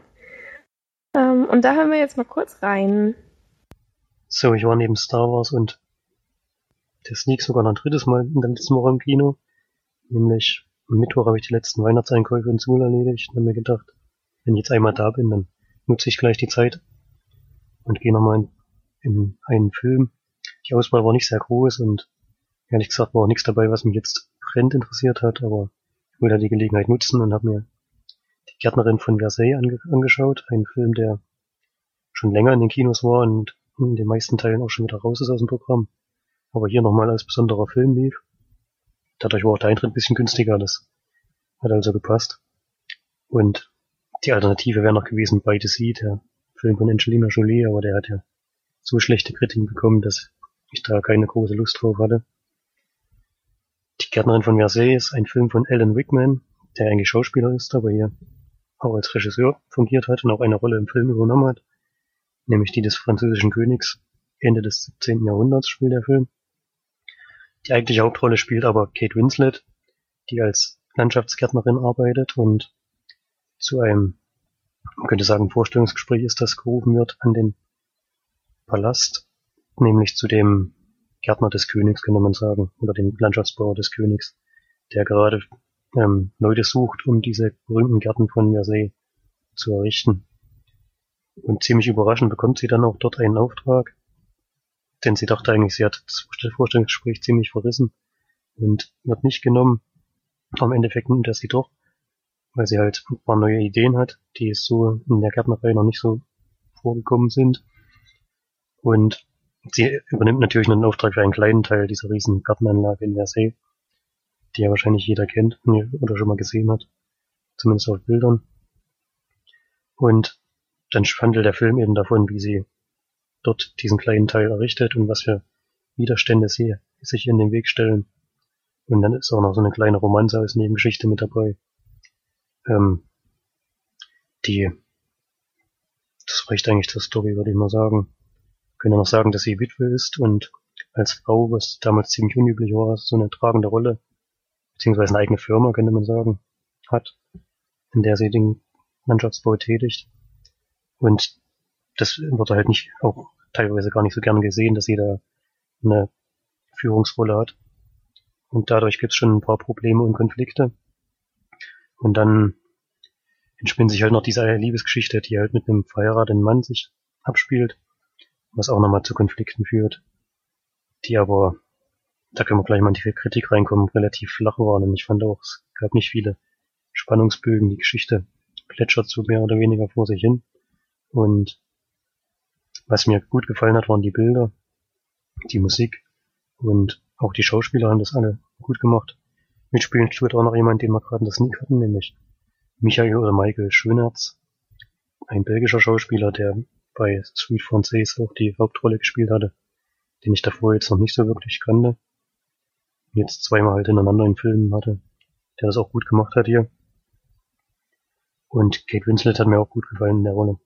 Und da hören wir jetzt mal kurz rein. So, ich war neben Star Wars und der Sneak sogar noch ein drittes Mal in der letzten Woche im Kino. Nämlich am Mittwoch habe ich die letzten Weihnachtseinkäufe in Suhl erledigt und habe mir gedacht, wenn ich jetzt einmal da bin, dann nutze ich gleich die Zeit und gehe nochmal in einen Film. Die Auswahl war nicht sehr groß und ehrlich gesagt war auch nichts dabei, was mich jetzt brennend interessiert hat, aber ich wollte die Gelegenheit nutzen und habe mir die Gärtnerin von Versailles angeschaut. Ein Film, der schon länger in den Kinos war und in den meisten Teilen auch schon wieder raus ist aus dem Programm. Aber hier nochmal als besonderer Film lief. Dadurch war auch der Eintritt ein bisschen günstiger, das hat also gepasst. Und die Alternative wäre noch gewesen By the Sea, der Film von Angelina Jolie, aber der hat ja so schlechte Kritiken bekommen, dass ich da keine große Lust drauf hatte. Die Gärtnerin von Versailles ist ein Film von Alan Rickman, der eigentlich Schauspieler ist, aber hier auch als Regisseur fungiert hat und auch eine Rolle im Film übernommen hat, nämlich die des französischen Königs. Ende des 17. Jahrhunderts spielt der Film. Die eigentliche Hauptrolle spielt aber Kate Winslet, die als Landschaftsgärtnerin arbeitet und zu einem, man könnte sagen, Vorstellungsgespräch ist, das gerufen wird an den Palast, nämlich zu dem Gärtner des Königs, könnte man sagen, oder dem Landschaftsbauer des Königs, der gerade Leute sucht, um diese berühmten Gärten von Versailles zu errichten. Und ziemlich überraschend bekommt sie dann auch dort einen Auftrag, denn sie dachte eigentlich, sie hat das Vorstellungsgespräch ziemlich verrissen und wird nicht genommen. Am Endeffekt nimmt er sie doch, weil sie halt ein paar neue Ideen hat, die so in der Gärtnerei noch nicht so vorgekommen sind. Und sie übernimmt natürlich nur den Auftrag für einen kleinen Teil dieser riesen Gartenanlage in Versailles, die ja wahrscheinlich jeder kennt oder schon mal gesehen hat, zumindest auf Bildern. Und dann handelt der Film eben davon, wie sie dort diesen kleinen Teil errichtet und was für Widerstände sie sich in den Weg stellen. Und dann ist auch noch so eine kleine Romanze als Nebengeschichte mit dabei. Das reicht eigentlich zur Story, würde ich mal sagen. Wir können ja noch sagen, dass sie Witwe ist und als Frau, was damals ziemlich unüblich war, so eine tragende Rolle, beziehungsweise eine eigene Firma, könnte man sagen, hat, in der sie den Landschaftsbau tätigt. Und das wird halt nicht, auch teilweise gar nicht so gern gesehen, dass sie da eine Führungsrolle hat. Und dadurch gibt es schon ein paar Probleme und Konflikte. Und dann entspinnt sich halt noch diese Liebesgeschichte, die halt mit einem verheirateten Mann sich abspielt, was auch nochmal zu Konflikten führt, die aber, da können wir gleich mal in die Kritik reinkommen, relativ flach waren. Und ich fand auch, es gab nicht viele Spannungsbögen, die Geschichte plätschert so mehr oder weniger vor sich hin. Und was mir gut gefallen hat, waren die Bilder, die Musik und auch die Schauspieler haben das alle gut gemacht. Mitspielen tut auch noch jemand, den wir gerade in der Sneak hatten, nämlich Michael Schönertz, ein belgischer Schauspieler, der bei Suite Française auch die Hauptrolle gespielt hatte, den ich davor jetzt noch nicht so wirklich kannte. Jetzt zweimal halt ineinander in Filmen hatte, der das auch gut gemacht hat hier. Und Kate Winslet hat mir auch gut gefallen in der Rolle.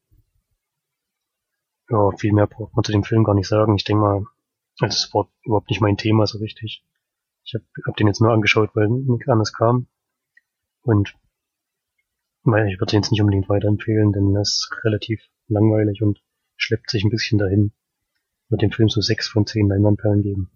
Ja, viel mehr braucht man zu dem Film gar nicht sagen. Ich denke mal, es war überhaupt nicht mein Thema so richtig. Ich hab den jetzt nur angeschaut, weil nichts anderes kam. Und ich würde den jetzt nicht unbedingt weiterempfehlen, denn er ist relativ langweilig und schleppt sich ein bisschen dahin. Ich würde dem Film so 6 von 10 Leinwandperlen geben.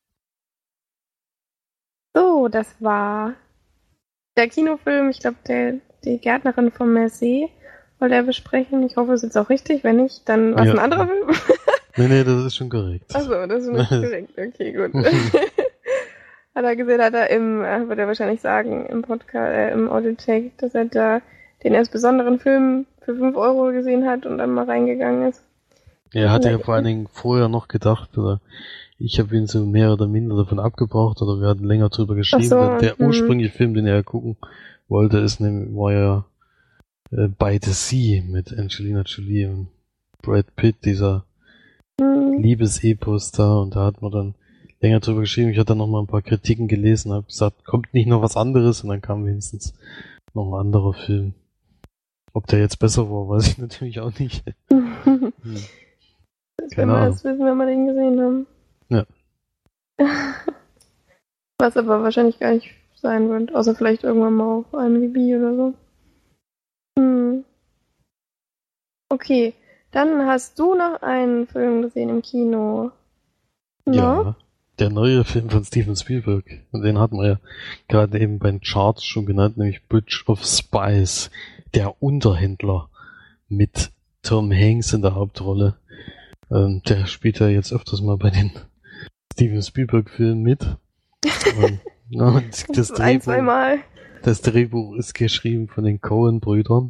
So, das war der Kinofilm. Ich glaube, die Gärtnerin von Marseille wollte er besprechen. Ich hoffe, es ist auch richtig. Wenn nicht, dann war es ein anderer Film. Nee, das ist schon korrekt. Achso, das ist nicht korrekt. Okay, gut. Hat er gesehen, wird er wahrscheinlich sagen, im Podcast, im Audiotake, dass er da den erst besonderen Film für 5 Euro gesehen hat und dann mal reingegangen ist. Er hatte ja vor allen Dingen vorher noch gedacht, oder ich habe ihn so mehr oder minder davon abgebracht, oder wir hatten länger drüber geschrieben. So, der ursprüngliche Film, den er gucken wollte, war ja By the Sea mit Angelina Jolie und Brad Pitt, dieser Liebesepos da, und da hat man dann länger drüber geschrieben. Ich hatte dann noch mal ein paar Kritiken gelesen, habe gesagt, kommt nicht noch was anderes, und dann kam wenigstens noch ein anderer Film. Ob der jetzt besser war, weiß ich natürlich auch nicht. Das werden wir erst wissen, wenn wir den gesehen haben. Ja. Was aber wahrscheinlich gar nicht sein wird, außer vielleicht irgendwann mal auf IMDb oder so. Okay, dann hast du noch einen Film gesehen im Kino. Ja, der neue Film von Steven Spielberg. Und den hatten wir ja gerade eben bei den Charts schon genannt, nämlich Bridge of Spies, der Unterhändler mit Tom Hanks in der Hauptrolle. Der spielt ja jetzt öfters mal bei den Steven Spielberg-Filmen mit. Und das Drehbuch ist geschrieben von den Coen-Brüdern.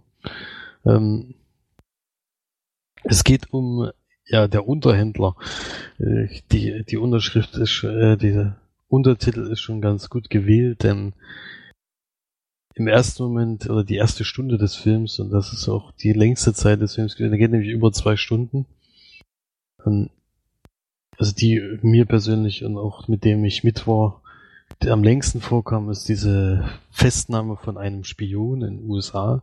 Es geht um der Unterhändler. Die Unterschrift ist, dieser Untertitel ist schon ganz gut gewählt, denn im ersten Moment oder die erste Stunde des Films, und das ist auch die längste Zeit des Films, der geht nämlich über 2 Stunden. Also die mir persönlich und auch mit dem ich mit war, der am längsten vorkam, ist diese Festnahme von einem Spion in den USA,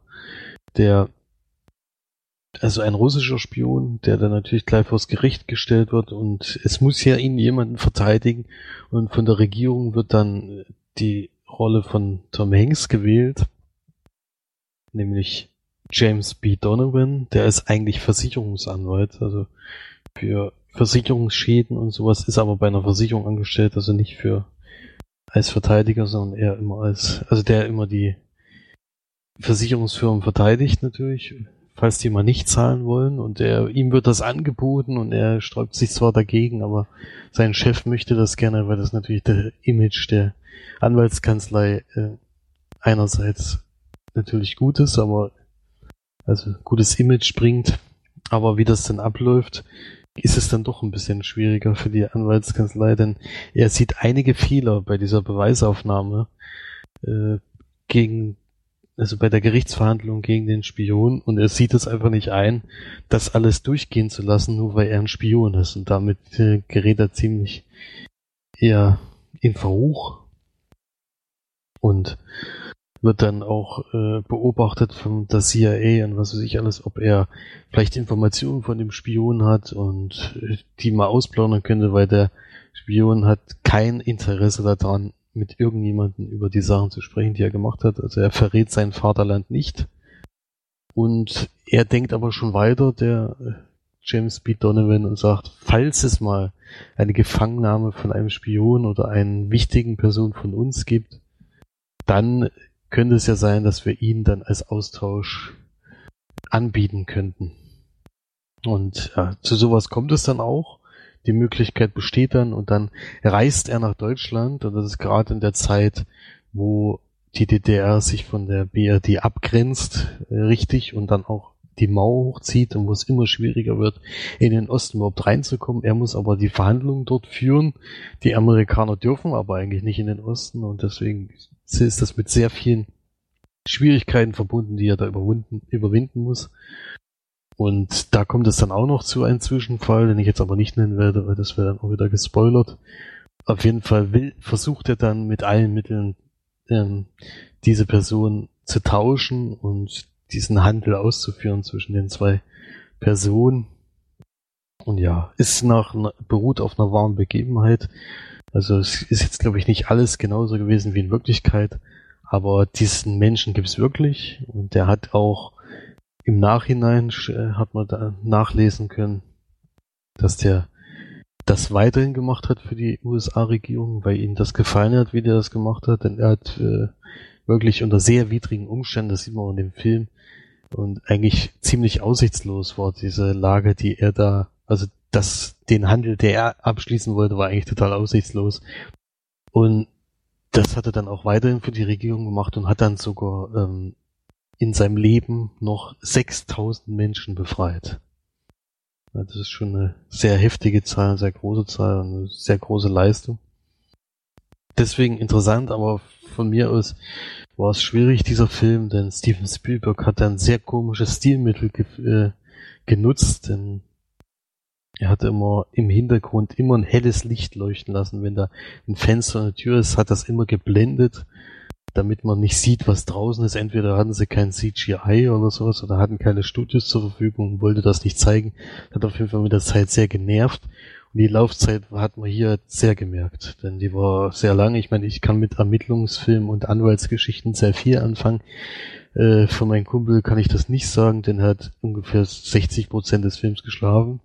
also ein russischer Spion, der dann natürlich gleich vors Gericht gestellt wird, und es muss ja ihn jemanden verteidigen, und von der Regierung wird dann die Rolle von Tom Hanks gewählt, nämlich James B. Donovan, der ist eigentlich Versicherungsanwalt, also für Versicherungsschäden und sowas, ist aber bei einer Versicherung angestellt, also nicht als Verteidiger, sondern eher immer der immer die Versicherungsfirmen verteidigt natürlich, falls die mal nicht zahlen wollen, und ihm wird das angeboten und er sträubt sich zwar dagegen, aber sein Chef möchte das gerne, weil das natürlich der Image der Anwaltskanzlei einerseits natürlich gut ist, aber also gutes Image bringt, aber wie das dann abläuft, ist es dann doch ein bisschen schwieriger für die Anwaltskanzlei, denn er sieht einige Fehler bei dieser Beweisaufnahme bei der Gerichtsverhandlung gegen den Spion, und er sieht es einfach nicht ein, das alles durchgehen zu lassen, nur weil er ein Spion ist, und damit gerät er ziemlich eher in Verruch und wird dann auch beobachtet von der CIA und was weiß ich alles, ob er vielleicht Informationen von dem Spion hat und die mal ausplaudern könnte, weil der Spion hat kein Interesse daran, mit irgendjemandem über die Sachen zu sprechen, die er gemacht hat. Also er verrät sein Vaterland nicht. Und er denkt aber schon weiter, der James B. Donovan, und sagt, falls es mal eine Gefangennahme von einem Spion oder einer wichtigen Person von uns gibt, dann könnte es ja sein, dass wir ihn dann als Austausch anbieten könnten. Und zu sowas kommt es dann auch. Die Möglichkeit besteht dann und dann reist er nach Deutschland und das ist gerade in der Zeit, wo die DDR sich von der BRD abgrenzt, richtig, und dann auch die Mauer hochzieht und wo es immer schwieriger wird, in den Osten überhaupt reinzukommen. Er muss aber die Verhandlungen dort führen. Die Amerikaner dürfen aber eigentlich nicht in den Osten und deswegen ist das mit sehr vielen Schwierigkeiten verbunden, die er da überwinden muss. Und da kommt es dann auch noch zu einem Zwischenfall, den ich jetzt aber nicht nennen werde, weil das wäre dann auch wieder gespoilert. Auf jeden Fall versucht er dann mit allen Mitteln diese Person zu tauschen und diesen Handel auszuführen zwischen den zwei Personen. Und ja, beruht auf einer wahren Begebenheit. Also es ist jetzt, glaube ich, nicht alles genauso gewesen wie in Wirklichkeit, aber diesen Menschen gibt es wirklich und der hat auch im Nachhinein, hat man da nachlesen können, dass der das weiterhin gemacht hat für die USA-Regierung, weil ihm das gefallen hat, wie der das gemacht hat, denn er hat wirklich unter sehr widrigen Umständen, das sieht man auch in dem Film, und eigentlich ziemlich aussichtslos war diese Lage, die er da, also den Handel, der er abschließen wollte, war eigentlich total aussichtslos. Und das hat er dann auch weiterhin für die Regierung gemacht und hat dann sogar in seinem Leben noch 6.000 Menschen befreit. Ja, das ist schon eine sehr heftige Zahl, eine sehr große Zahl, eine sehr große Leistung. Deswegen interessant, aber von mir aus war es schwierig, dieser Film, denn Steven Spielberg hat ein sehr komisches Stilmittel genutzt, denn er hatte immer im Hintergrund immer ein helles Licht leuchten lassen. Wenn da ein Fenster und eine Tür ist, hat das immer geblendet, damit man nicht sieht, was draußen ist. Entweder hatten sie kein CGI oder sowas oder hatten keine Studios zur Verfügung und wollte das nicht zeigen. Das hat auf jeden Fall mit der Zeit sehr genervt. Und die Laufzeit hat man hier sehr gemerkt, denn die war sehr lang. Ich meine, ich kann mit Ermittlungsfilmen und Anwaltsgeschichten sehr viel anfangen. Für meinen Kumpel kann ich das nicht sagen, denn er hat ungefähr 60% des Films geschlafen.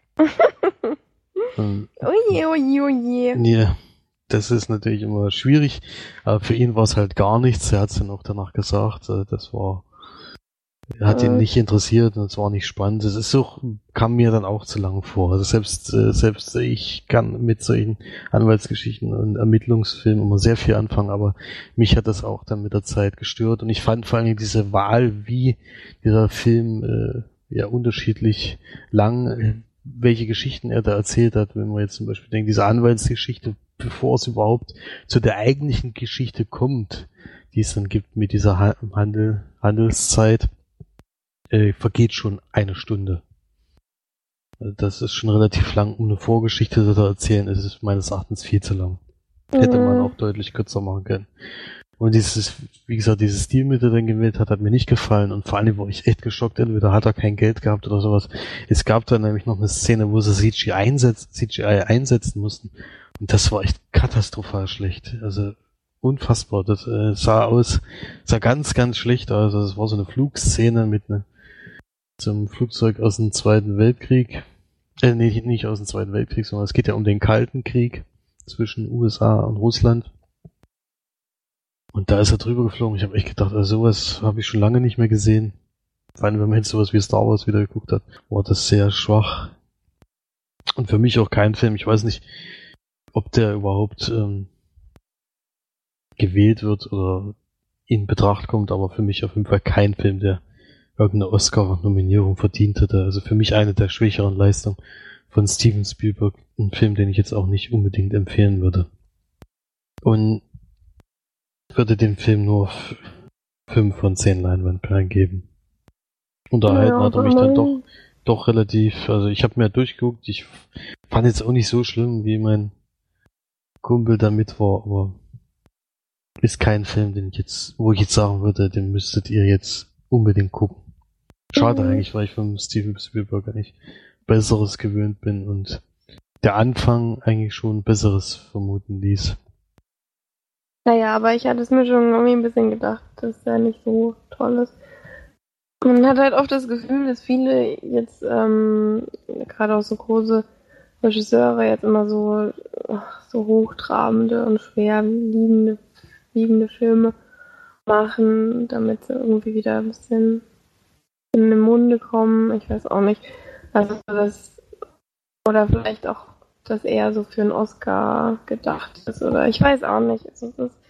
Oje, oje, oje. Ja, das ist natürlich immer schwierig, aber für ihn war es halt gar nichts. Er hat es dann auch danach gesagt, hat ihn nicht interessiert und es war nicht spannend. Es ist so, kam mir dann auch zu lang vor. Also selbst ich kann mit solchen Anwaltsgeschichten und Ermittlungsfilmen immer sehr viel anfangen, aber mich hat das auch dann mit der Zeit gestört und ich fand vor allem diese Wahl, wie dieser Film unterschiedlich lang, welche Geschichten er da erzählt hat, wenn man jetzt zum Beispiel denkt, diese Anwaltsgeschichte, bevor es überhaupt zu der eigentlichen Geschichte kommt, die es dann gibt mit dieser Handelszeit, vergeht schon eine Stunde. Also das ist schon relativ lang, um eine Vorgeschichte zu erzählen, ist es meines Erachtens viel zu lang. Hätte man auch deutlich kürzer machen können. Und wie gesagt, dieses Stilmittel, den gewählt hat mir nicht gefallen und vor allem war ich echt geschockt, entweder hat er kein Geld gehabt oder sowas. Es gab da nämlich noch eine Szene, wo sie CGI einsetzen mussten und das war echt katastrophal schlecht. Also unfassbar. Das sah ganz, ganz schlecht aus. Also es war so eine Flugszene mit zum Flugzeug aus dem Zweiten Weltkrieg. Nicht aus dem Zweiten Weltkrieg, sondern es geht ja um den Kalten Krieg zwischen USA und Russland. Und da ist er drüber geflogen. Ich habe echt gedacht, also sowas habe ich schon lange nicht mehr gesehen. Vor allem, wenn man jetzt sowas wie Star Wars wieder geguckt hat, war das sehr schwach. Und für mich auch kein Film. Ich weiß nicht, ob der überhaupt gewählt wird oder in Betracht kommt, aber für mich auf jeden Fall kein Film, der irgendeine Oscar-Nominierung verdient hätte. Also für mich eine der schwächeren Leistungen von Steven Spielberg. Ein Film, den ich jetzt auch nicht unbedingt empfehlen würde. Und würde dem Film nur 5 von 10 Leinwandperlen geben. Unterhalten hat er mich dann doch relativ, also ich habe mir durchgeguckt, ich fand jetzt auch nicht so schlimm, wie mein Kumpel damit war, aber ist kein Film, wo ich jetzt sagen würde, den müsstet ihr jetzt unbedingt gucken. Schade eigentlich, weil ich von Steven Spielberg eigentlich Besseres gewöhnt bin und der Anfang eigentlich schon Besseres vermuten ließ. Naja, aber ich hatte es mir schon irgendwie ein bisschen gedacht, dass der nicht so toll ist. Man hat halt oft das Gefühl, dass viele jetzt, gerade auch so große Regisseure jetzt immer so hochtrabende und schwer liegende Filme machen, damit sie irgendwie wieder ein bisschen in den Munde kommen. Ich weiß auch nicht. Also das, oder vielleicht auch, dass eher so für einen Oscar gedacht ist, oder ich weiß auch nicht. Also es ist,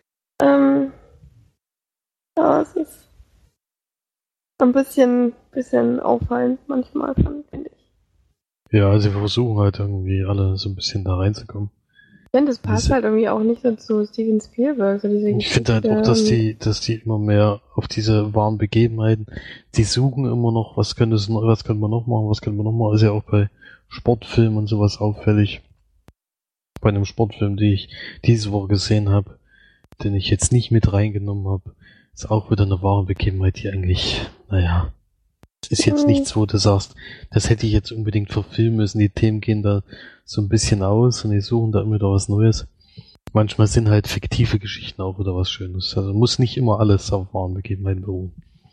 ja, es ist ein bisschen auffallend manchmal, finde ich. Ja, sie versuchen halt irgendwie alle so ein bisschen da reinzukommen. Ich finde, das passt halt irgendwie auch nicht so zu Steven Spielberg. So diese Ich finde halt auch, dass die immer mehr auf diese wahren Begebenheiten, die suchen immer noch, was können wir noch machen, ist ja auch bei Sportfilmen und sowas auffällig. Bei einem Sportfilm, den ich diese Woche gesehen habe, den ich jetzt nicht mit reingenommen habe, ist auch wieder eine wahre Begebenheit, die eigentlich, naja, ist jetzt nichts, wo du sagst, das hätte ich jetzt unbedingt verfilmen müssen. Die Themen gehen da so ein bisschen aus und die suchen da immer wieder was Neues. Manchmal sind halt fiktive Geschichten auch wieder was Schönes. Also muss nicht immer alles auf wahren Begebenheiten beruhen.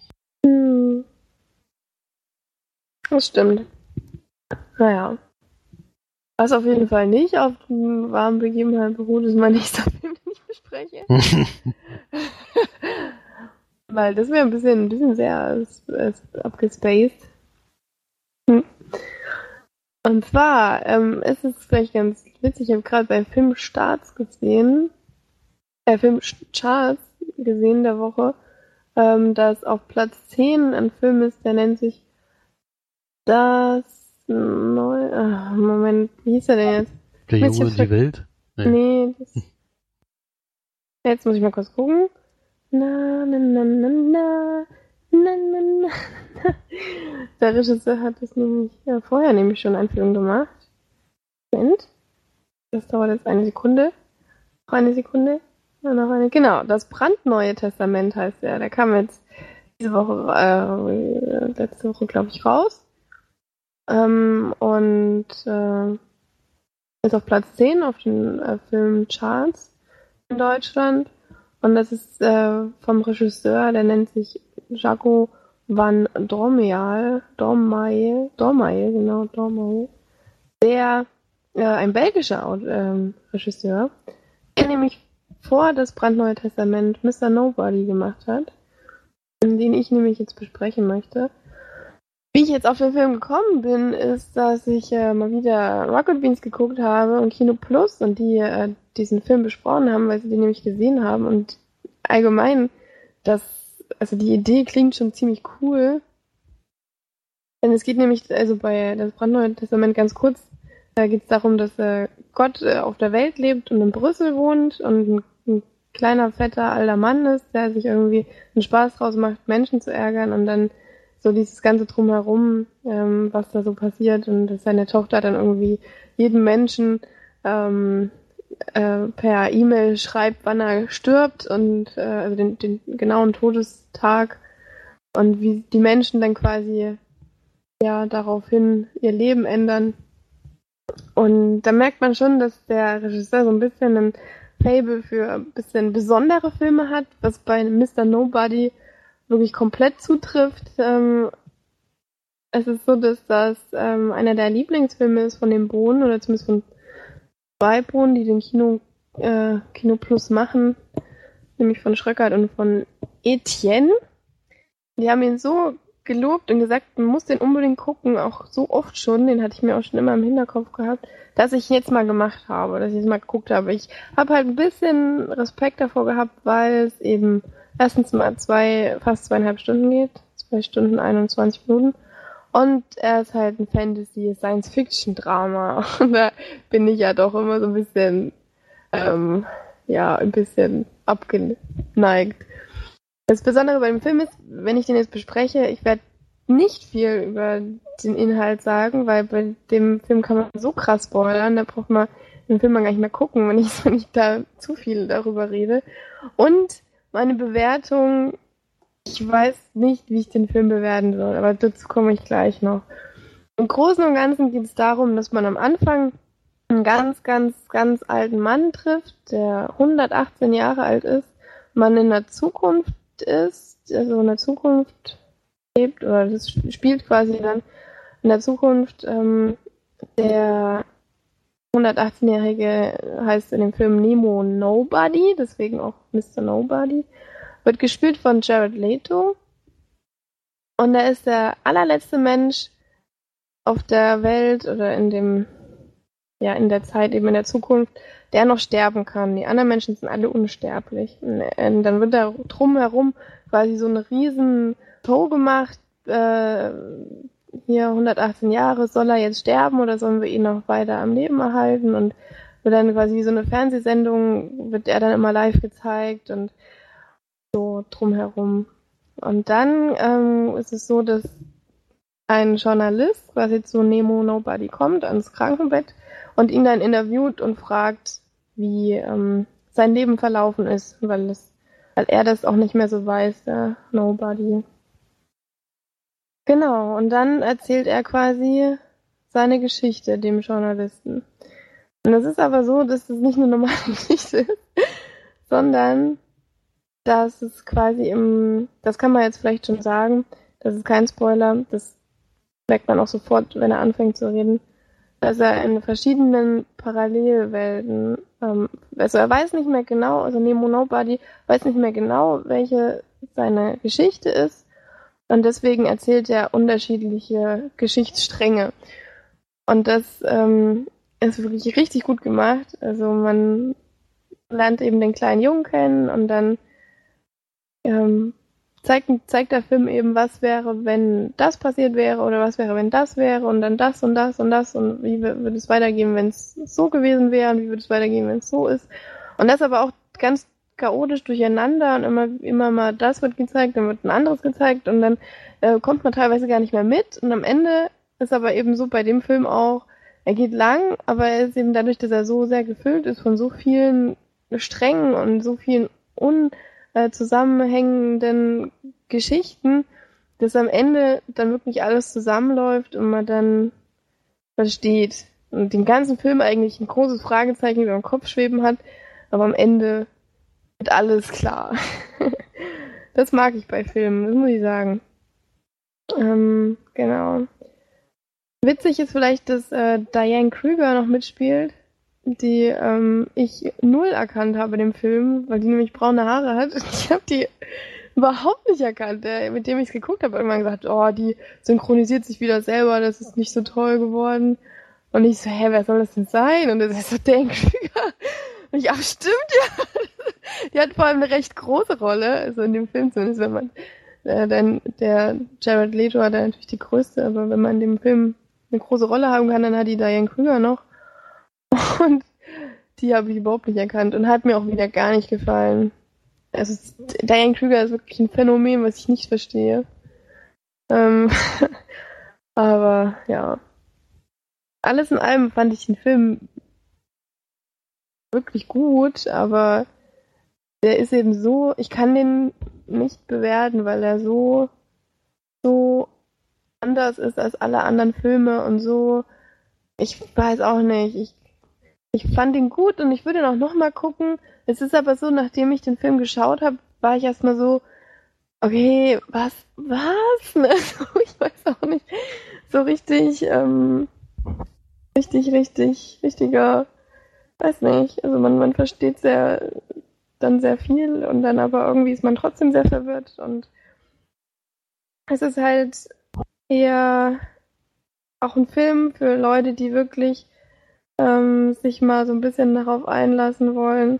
Das stimmt. Naja. Was auf jeden Fall nicht auf den wahren Begebenheiten beruht, ist mein nächster Film, den ich bespreche. Weil das wäre ein bisschen sehr abgespaced. Und zwar ist es vielleicht ganz witzig, ich habe gerade bei Filmcharts gesehen der Woche, dass auf Platz 10 ein Film ist, der nennt sich Moment, wie hieß er denn jetzt? Der Junge und die Welt? Nee, jetzt muss ich mal kurz gucken. Der Regisseur hat das nämlich vorher schon einen Film gemacht. Moment. Das dauert jetzt eine Sekunde. Noch eine Sekunde. Ja, noch eine. Genau, das brandneue Testament heißt der. Der kam jetzt diese Woche, letzte Woche, glaube ich, raus. Und ist auf Platz 10 auf den Filmcharts in Deutschland. Und das ist vom Regisseur, der nennt sich Jaco van Dormael. Der ein belgischer Regisseur, der nämlich vor das brandneue Testament Mr. Nobody gemacht hat, den ich nämlich jetzt besprechen möchte. Wie ich jetzt auf den Film gekommen bin, ist, dass ich mal wieder Rocket Beans geguckt habe und Kino Plus und die diesen Film besprochen haben, weil sie den nämlich gesehen haben und allgemein, also die Idee klingt schon ziemlich cool. Denn es geht nämlich, also bei das brandneue Testament ganz kurz, da geht es darum, dass Gott auf der Welt lebt und in Brüssel wohnt und ein kleiner, fetter, alter Mann ist, der sich irgendwie einen Spaß draus macht, Menschen zu ärgern und dann so dieses ganze Drumherum, was da so passiert und dass seine Tochter dann irgendwie jedem Menschen per E-Mail schreibt, wann er stirbt und also den genauen Todestag und wie die Menschen dann quasi ja daraufhin ihr Leben ändern. Und da merkt man schon, dass der Regisseur so ein bisschen ein Faible für ein bisschen besondere Filme hat, was bei Mr. Nobody wirklich komplett zutrifft. Es ist so, dass das einer der Lieblingsfilme ist von dem Bohnen, oder zumindest von zwei Bohnen, die den Kino Plus machen, nämlich von Schröckert und von Etienne. Die haben ihn so gelobt und gesagt, man muss den unbedingt gucken, auch so oft schon, den hatte ich mir auch schon immer im Hinterkopf gehabt, dass ich jetzt mal gemacht habe, dass ich jetzt mal geguckt habe. Ich habe halt ein bisschen Respekt davor gehabt, weil es eben erstens mal fast 2,5 Stunden geht, 2 Stunden 21 Minuten und er ist halt ein Fantasy-Science-Fiction-Drama und da bin ich ja doch immer so ein bisschen ein bisschen abgeneigt. Das Besondere bei dem Film ist, wenn ich den jetzt bespreche, ich werde nicht viel über den Inhalt sagen, weil bei dem Film kann man so krass spoilern, da braucht man den Film mal gar nicht mehr gucken, wenn ich da zu viel darüber rede. Und meine Bewertung, ich weiß nicht, wie ich den Film bewerten soll, aber dazu komme ich gleich noch. Im Großen und Ganzen geht es darum, dass man am Anfang einen ganz, ganz, ganz alten Mann trifft, der 118 Jahre alt ist, man in der Zukunft ist, also in der Zukunft lebt, oder das spielt quasi dann in der Zukunft. Der 118-Jährige heißt in dem Film Nemo Nobody, deswegen auch Mr. Nobody. wird gespielt von Jared Leto. Und er ist der allerletzte Mensch auf der Welt oder in der Zeit, eben in der Zukunft, der noch sterben kann. Die anderen Menschen sind alle unsterblich. Und dann wird da drumherum quasi so eine riesen Show gemacht. Hier 118 Jahre, soll er jetzt sterben oder sollen wir ihn noch weiter am Leben erhalten? Und wird dann quasi wie so eine Fernsehsendung, wird er dann immer live gezeigt und so drumherum. Und dann ist es so, dass ein Journalist quasi zu Nemo Nobody kommt, ans Krankenbett und ihn dann interviewt und fragt, wie sein Leben verlaufen ist, weil er das auch nicht mehr so weiß, der Nobody. Genau, und dann erzählt er quasi seine Geschichte dem Journalisten. Und es ist aber so, dass es nicht eine normale Geschichte ist, sondern dass es quasi das kann man jetzt vielleicht schon sagen, das ist kein Spoiler, das merkt man auch sofort, wenn er anfängt zu reden, dass er in verschiedenen Parallelwelten, also er weiß nicht mehr genau, also Nemo Nobody weiß nicht mehr genau, welche seine Geschichte ist, und deswegen erzählt er unterschiedliche Geschichtsstränge. Und das ist wirklich richtig gut gemacht. Also man lernt eben den kleinen Jungen kennen und dann zeigt der Film eben, was wäre, wenn das passiert wäre oder was wäre, wenn das wäre und dann das und das und das und wie würde es weitergehen, wenn es so gewesen wäre und wie würde es weitergehen, wenn es so ist. Und das aber auch ganz chaotisch durcheinander und immer mal das wird gezeigt, dann wird ein anderes gezeigt und dann kommt man teilweise gar nicht mehr mit und am Ende ist aber eben so bei dem Film auch, er geht lang, aber er ist eben dadurch, dass er so sehr gefüllt ist von so vielen Strängen und so vielen zusammenhängenden Geschichten, dass am Ende dann wirklich alles zusammenläuft und man dann versteht und den ganzen Film eigentlich ein großes Fragezeichen über den Kopf schweben hat, aber am Ende wird alles klar. Das mag ich bei Filmen, das muss ich sagen. Genau. Witzig ist vielleicht, dass Diane Kruger noch mitspielt, die ich null erkannt habe in dem Film, weil die nämlich braune Haare hat. Ich habe die überhaupt nicht erkannt. Mit dem ich es geguckt habe, irgendwann gesagt, oh, die synchronisiert sich wieder selber, das ist nicht so toll geworden. Und ich so, wer soll das denn sein? Und das ist so Diane Kruger. Und ich, ach stimmt, ja. Die hat vor allem eine recht große Rolle, also in dem Film zumindest, wenn man dann der Jared Leto hat natürlich die größte, aber wenn man in dem Film eine große Rolle haben kann, dann hat die Diane Kruger noch. Und die habe ich überhaupt nicht erkannt und hat mir auch wieder gar nicht gefallen. Also Diane Kruger ist wirklich ein Phänomen, was ich nicht verstehe. Aber ja. Alles in allem fand ich den Film wirklich gut, aber der ist eben so, ich kann den nicht bewerten, weil er so anders ist als alle anderen Filme und so, ich weiß auch nicht, ich fand ihn gut und ich würde ihn auch nochmal gucken. Es ist aber so, nachdem ich den Film geschaut habe, war ich erstmal so, okay, was? Ich weiß auch nicht. So richtiger, weiß nicht. Also man versteht dann sehr viel und dann aber irgendwie ist man trotzdem sehr verwirrt und es ist halt eher auch ein Film für Leute, die wirklich sich mal so ein bisschen darauf einlassen wollen,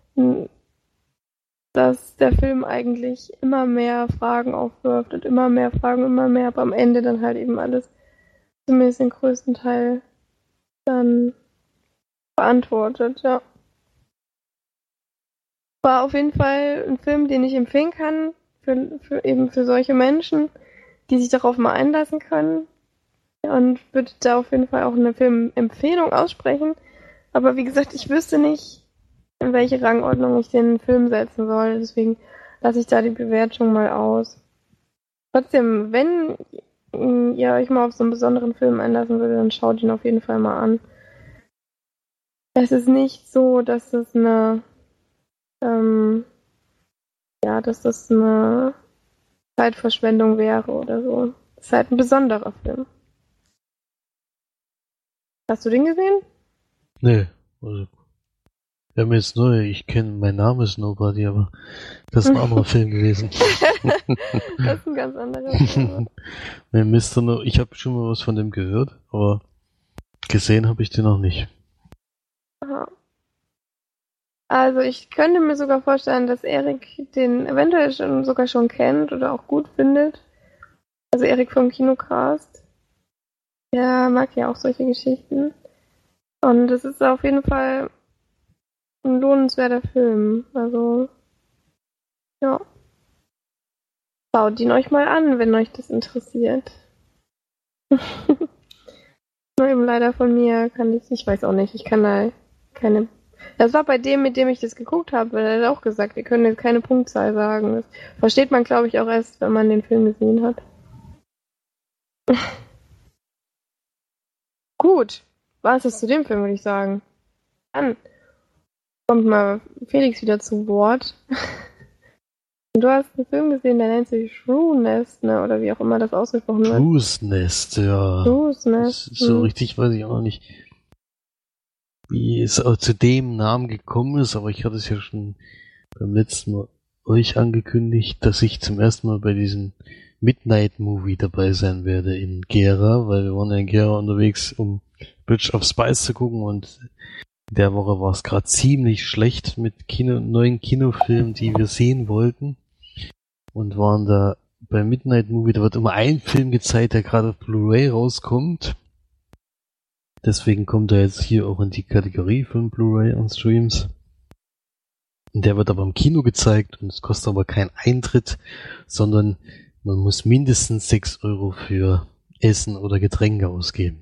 dass der Film eigentlich immer mehr Fragen aufwirft und immer mehr Fragen, aber am Ende dann halt eben alles zumindest den größten Teil dann beantwortet, ja. War auf jeden Fall ein Film, den ich empfehlen kann, für solche Menschen, die sich darauf mal einlassen können. Und würde da auf jeden Fall auch eine Filmempfehlung aussprechen. Aber wie gesagt, ich wüsste nicht, in welche Rangordnung ich den Film setzen soll. Deswegen lasse ich da die Bewertung mal aus. Trotzdem, wenn ihr euch mal auf so einen besonderen Film einlassen würdet, dann schaut ihn auf jeden Fall mal an. Es ist nicht so, dass das eine Zeitverschwendung wäre oder so. Es ist halt ein besonderer Film. Hast du den gesehen? Nee, also Ja, mir ist neu, mein Name ist Nobody, aber das ist ein anderer Film gewesen. Das ist ein ganz anderer Film. Nee, Mr. No, ich habe schon mal was von dem gehört, aber gesehen habe ich den noch nicht. Aha. Also ich könnte mir sogar vorstellen, dass Erik den eventuell sogar schon kennt oder auch gut findet. Also Erik vom Kinocast. Der mag ja auch solche Geschichten. Und es ist auf jeden Fall ein lohnenswerter Film. Also, ja. Schaut ihn euch mal an, wenn euch das interessiert. Nur eben leider von mir kann ich weiß auch nicht, ich kann da keine. Das war bei dem, mit dem ich das geguckt habe, weil er hat auch gesagt, wir können jetzt keine Punktzahl sagen. Das versteht man, glaube ich, auch erst, wenn man den Film gesehen hat. Gut, war es das zu dem Film, würde ich sagen. Dann kommt mal Felix wieder zu Wort. Du hast einen Film gesehen, der nennt sich Shrew Nest, ne? Oder wie auch immer das ausgesprochen wird. Shrews Nest, ja. Shrews Nest. So richtig weiß ich auch noch nicht, wie es auch zu dem Namen gekommen ist, aber ich hatte es ja schon beim letzten Mal euch angekündigt, dass ich zum ersten Mal bei diesem Midnight Movie dabei sein werde in Gera, weil wir waren ja in Gera unterwegs, um Bridge of Spies zu gucken, und in der Woche war es gerade ziemlich schlecht mit neuen Kinofilmen, die wir sehen wollten, und waren da beim Midnight Movie. Da wird immer ein Film gezeigt, der gerade auf Blu-ray rauskommt. Deswegen kommt er jetzt hier auch in die Kategorie von Blu-ray und Streams. Und der wird aber im Kino gezeigt, und es kostet aber keinen Eintritt, sondern man muss mindestens 6 € für Essen oder Getränke ausgeben.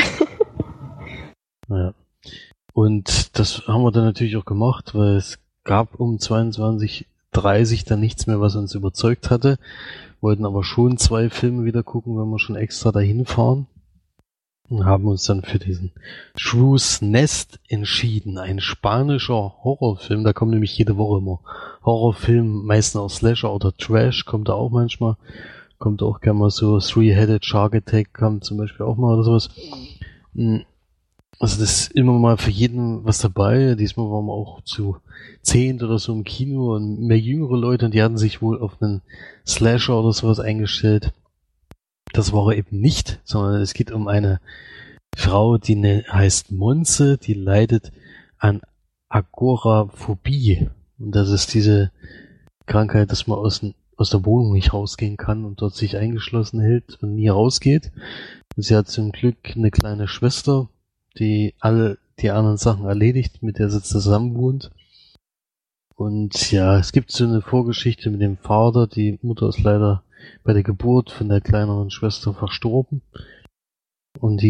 Ja. Und das haben wir dann natürlich auch gemacht, weil es gab um 22:30 dann nichts mehr, was uns überzeugt hatte. Wollten aber schon 2 Filme wieder gucken, wenn wir schon extra dahin fahren. Und haben uns dann für diesen Shrews Nest entschieden. Ein spanischer Horrorfilm, da kommen nämlich jede Woche immer Horrorfilm, meistens auch Slasher oder Trash, kommt da auch manchmal. Kommt auch gerne mal so Three-Headed Shark Attack, kam zum Beispiel auch mal oder sowas. Also das ist immer mal für jeden was dabei. Diesmal waren wir auch zu 10 oder so im Kino und mehr jüngere Leute, und die hatten sich wohl auf einen Slasher oder sowas eingestellt. Das war er eben nicht, sondern es geht um eine Frau, die heißt Monse, die leidet an Agoraphobie. Und das ist diese Krankheit, dass man aus der Wohnung nicht rausgehen kann und dort sich eingeschlossen hält und nie rausgeht. Sie hat zum Glück eine kleine Schwester, die alle die anderen Sachen erledigt, mit der sie zusammen wohnt. Und ja, es gibt so eine Vorgeschichte mit dem Vater. Die Mutter ist leider bei der Geburt von der kleineren Schwester verstorben. Und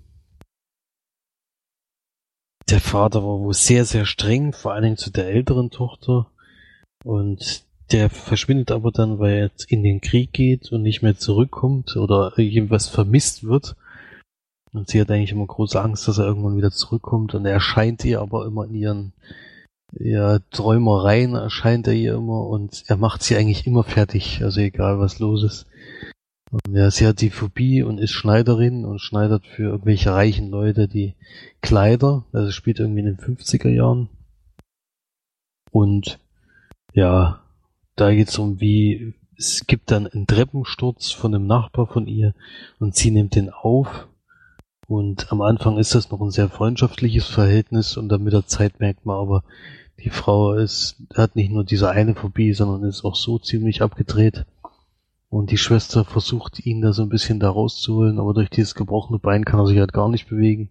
der Vater war wohl sehr, sehr streng, vor allen Dingen zu der älteren Tochter. Und der verschwindet aber dann, weil er jetzt in den Krieg geht und nicht mehr zurückkommt oder irgendwas vermisst wird. Und sie hat eigentlich immer große Angst, dass er irgendwann wieder zurückkommt. Und er erscheint ihr aber immer in ihren Träumereien, erscheint er ihr immer, und er macht sie eigentlich immer fertig, also egal was los ist. Und ja, sie hat die Phobie und ist Schneiderin und schneidert für irgendwelche reichen Leute die Kleider. Also spielt irgendwie in den 50er Jahren. Und ja, da geht's um, wie es gibt dann einen Treppensturz von einem Nachbar von ihr, und sie nimmt den auf. Und am Anfang ist das noch ein sehr freundschaftliches Verhältnis, und dann mit der Zeit merkt man aber, die Frau hat nicht nur diese eine Phobie, sondern ist auch so ziemlich abgedreht. Und die Schwester versucht, ihn da so ein bisschen da rauszuholen, aber durch dieses gebrochene Bein kann er sich halt gar nicht bewegen.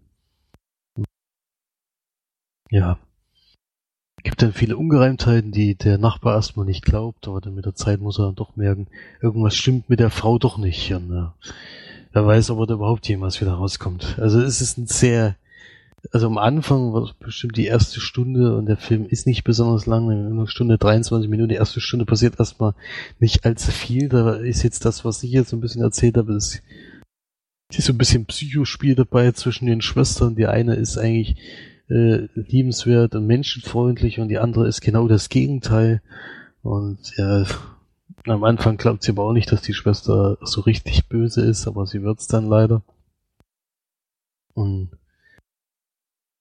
Ja. Es gibt dann viele Ungereimtheiten, die der Nachbar erstmal nicht glaubt, aber dann mit der Zeit muss er dann doch merken, irgendwas stimmt mit der Frau doch nicht. Und wer weiß, ob er da überhaupt jemals wieder rauskommt. Also es ist am Anfang war es bestimmt die erste Stunde, und der Film ist nicht besonders lang, eine Stunde 23 Minuten. Die erste Stunde passiert erstmal nicht allzu viel. Da ist jetzt das, was ich jetzt so ein bisschen erzählt habe, ist so ein bisschen Psychospiel dabei zwischen den Schwestern. Die eine ist eigentlich liebenswert und menschenfreundlich, und die andere ist genau das Gegenteil. Und ja, am Anfang glaubt sie aber auch nicht, dass die Schwester so richtig böse ist, aber sie wird's dann leider. Und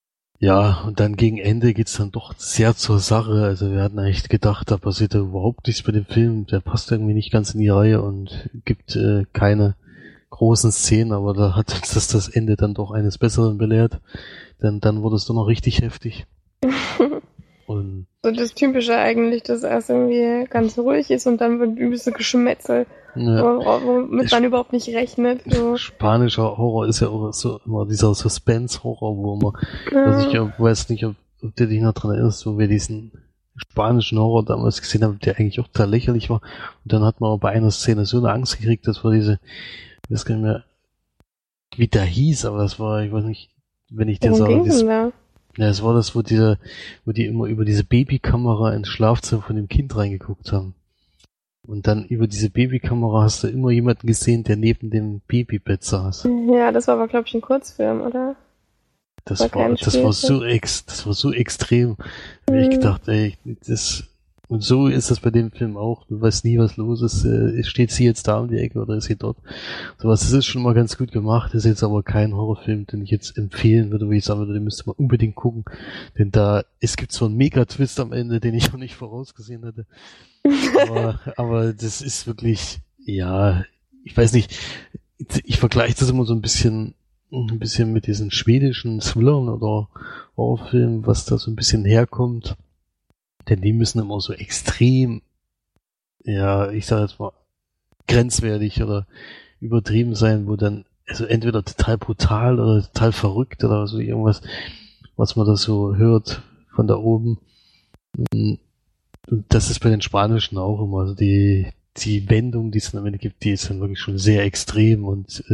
Ja, und dann gegen Ende geht's dann doch sehr zur Sache. Also wir hatten eigentlich gedacht, da passiert ja überhaupt nichts bei dem Film. Der passt irgendwie nicht ganz in die Reihe und gibt keine großen Szenen, aber da hat uns das Ende dann doch eines Besseren belehrt. Denn dann wurde es doch noch richtig heftig. Und So das Typische eigentlich, dass erst irgendwie ganz ruhig ist und dann wird übelste Geschmetzel, ja, womit man überhaupt nicht rechnet. So. spanischer Horror ist ja auch so immer dieser Suspense-Horror, wo man, also ich weiß nicht, ob du dich noch dran erinnerst, wo wir diesen spanischen Horror damals gesehen haben, der eigentlich auch total lächerlich war. Und dann hat man aber bei einer Szene so eine Angst gekriegt, das war diese, ich weiß gar nicht mehr, wie der hieß, aber das war, ich weiß nicht, wenn ich dir Worum sage, ging's denn da? ja, es war das, wo die immer über diese Babykamera ins Schlafzimmer von dem Kind reingeguckt haben. Und dann über diese Babykamera hast du immer jemanden gesehen, der neben dem Babybett saß. Ja, das war aber, glaube ich, ein Kurzfilm, oder? Das War kein war so extrem. Da hab ich gedacht, ey, und so ist das bei dem Film auch. Du weißt nie, was los ist. Steht sie jetzt da um die Ecke oder ist sie dort? Sowas, das ist schon mal ganz gut gemacht. Das ist jetzt aber kein Horrorfilm, den ich jetzt empfehlen würde, wo ich sagen würde, den müsste man unbedingt gucken. Denn es gibt so einen Mega-Twist am Ende, den ich noch nicht vorausgesehen hätte. aber das ist wirklich, ja, ich weiß nicht, ich vergleiche das immer so ein bisschen mit diesen schwedischen Thrillern oder Horrorfilmen, was da so ein bisschen herkommt. Denn die müssen immer so extrem, ja, ich sag jetzt mal, grenzwertig oder übertrieben sein, wo dann, also entweder total brutal oder total verrückt oder so irgendwas, was man da so hört von da oben. Und das ist bei den Spanischen auch immer, also die Wendung, die es am Ende gibt, die ist dann wirklich schon sehr extrem und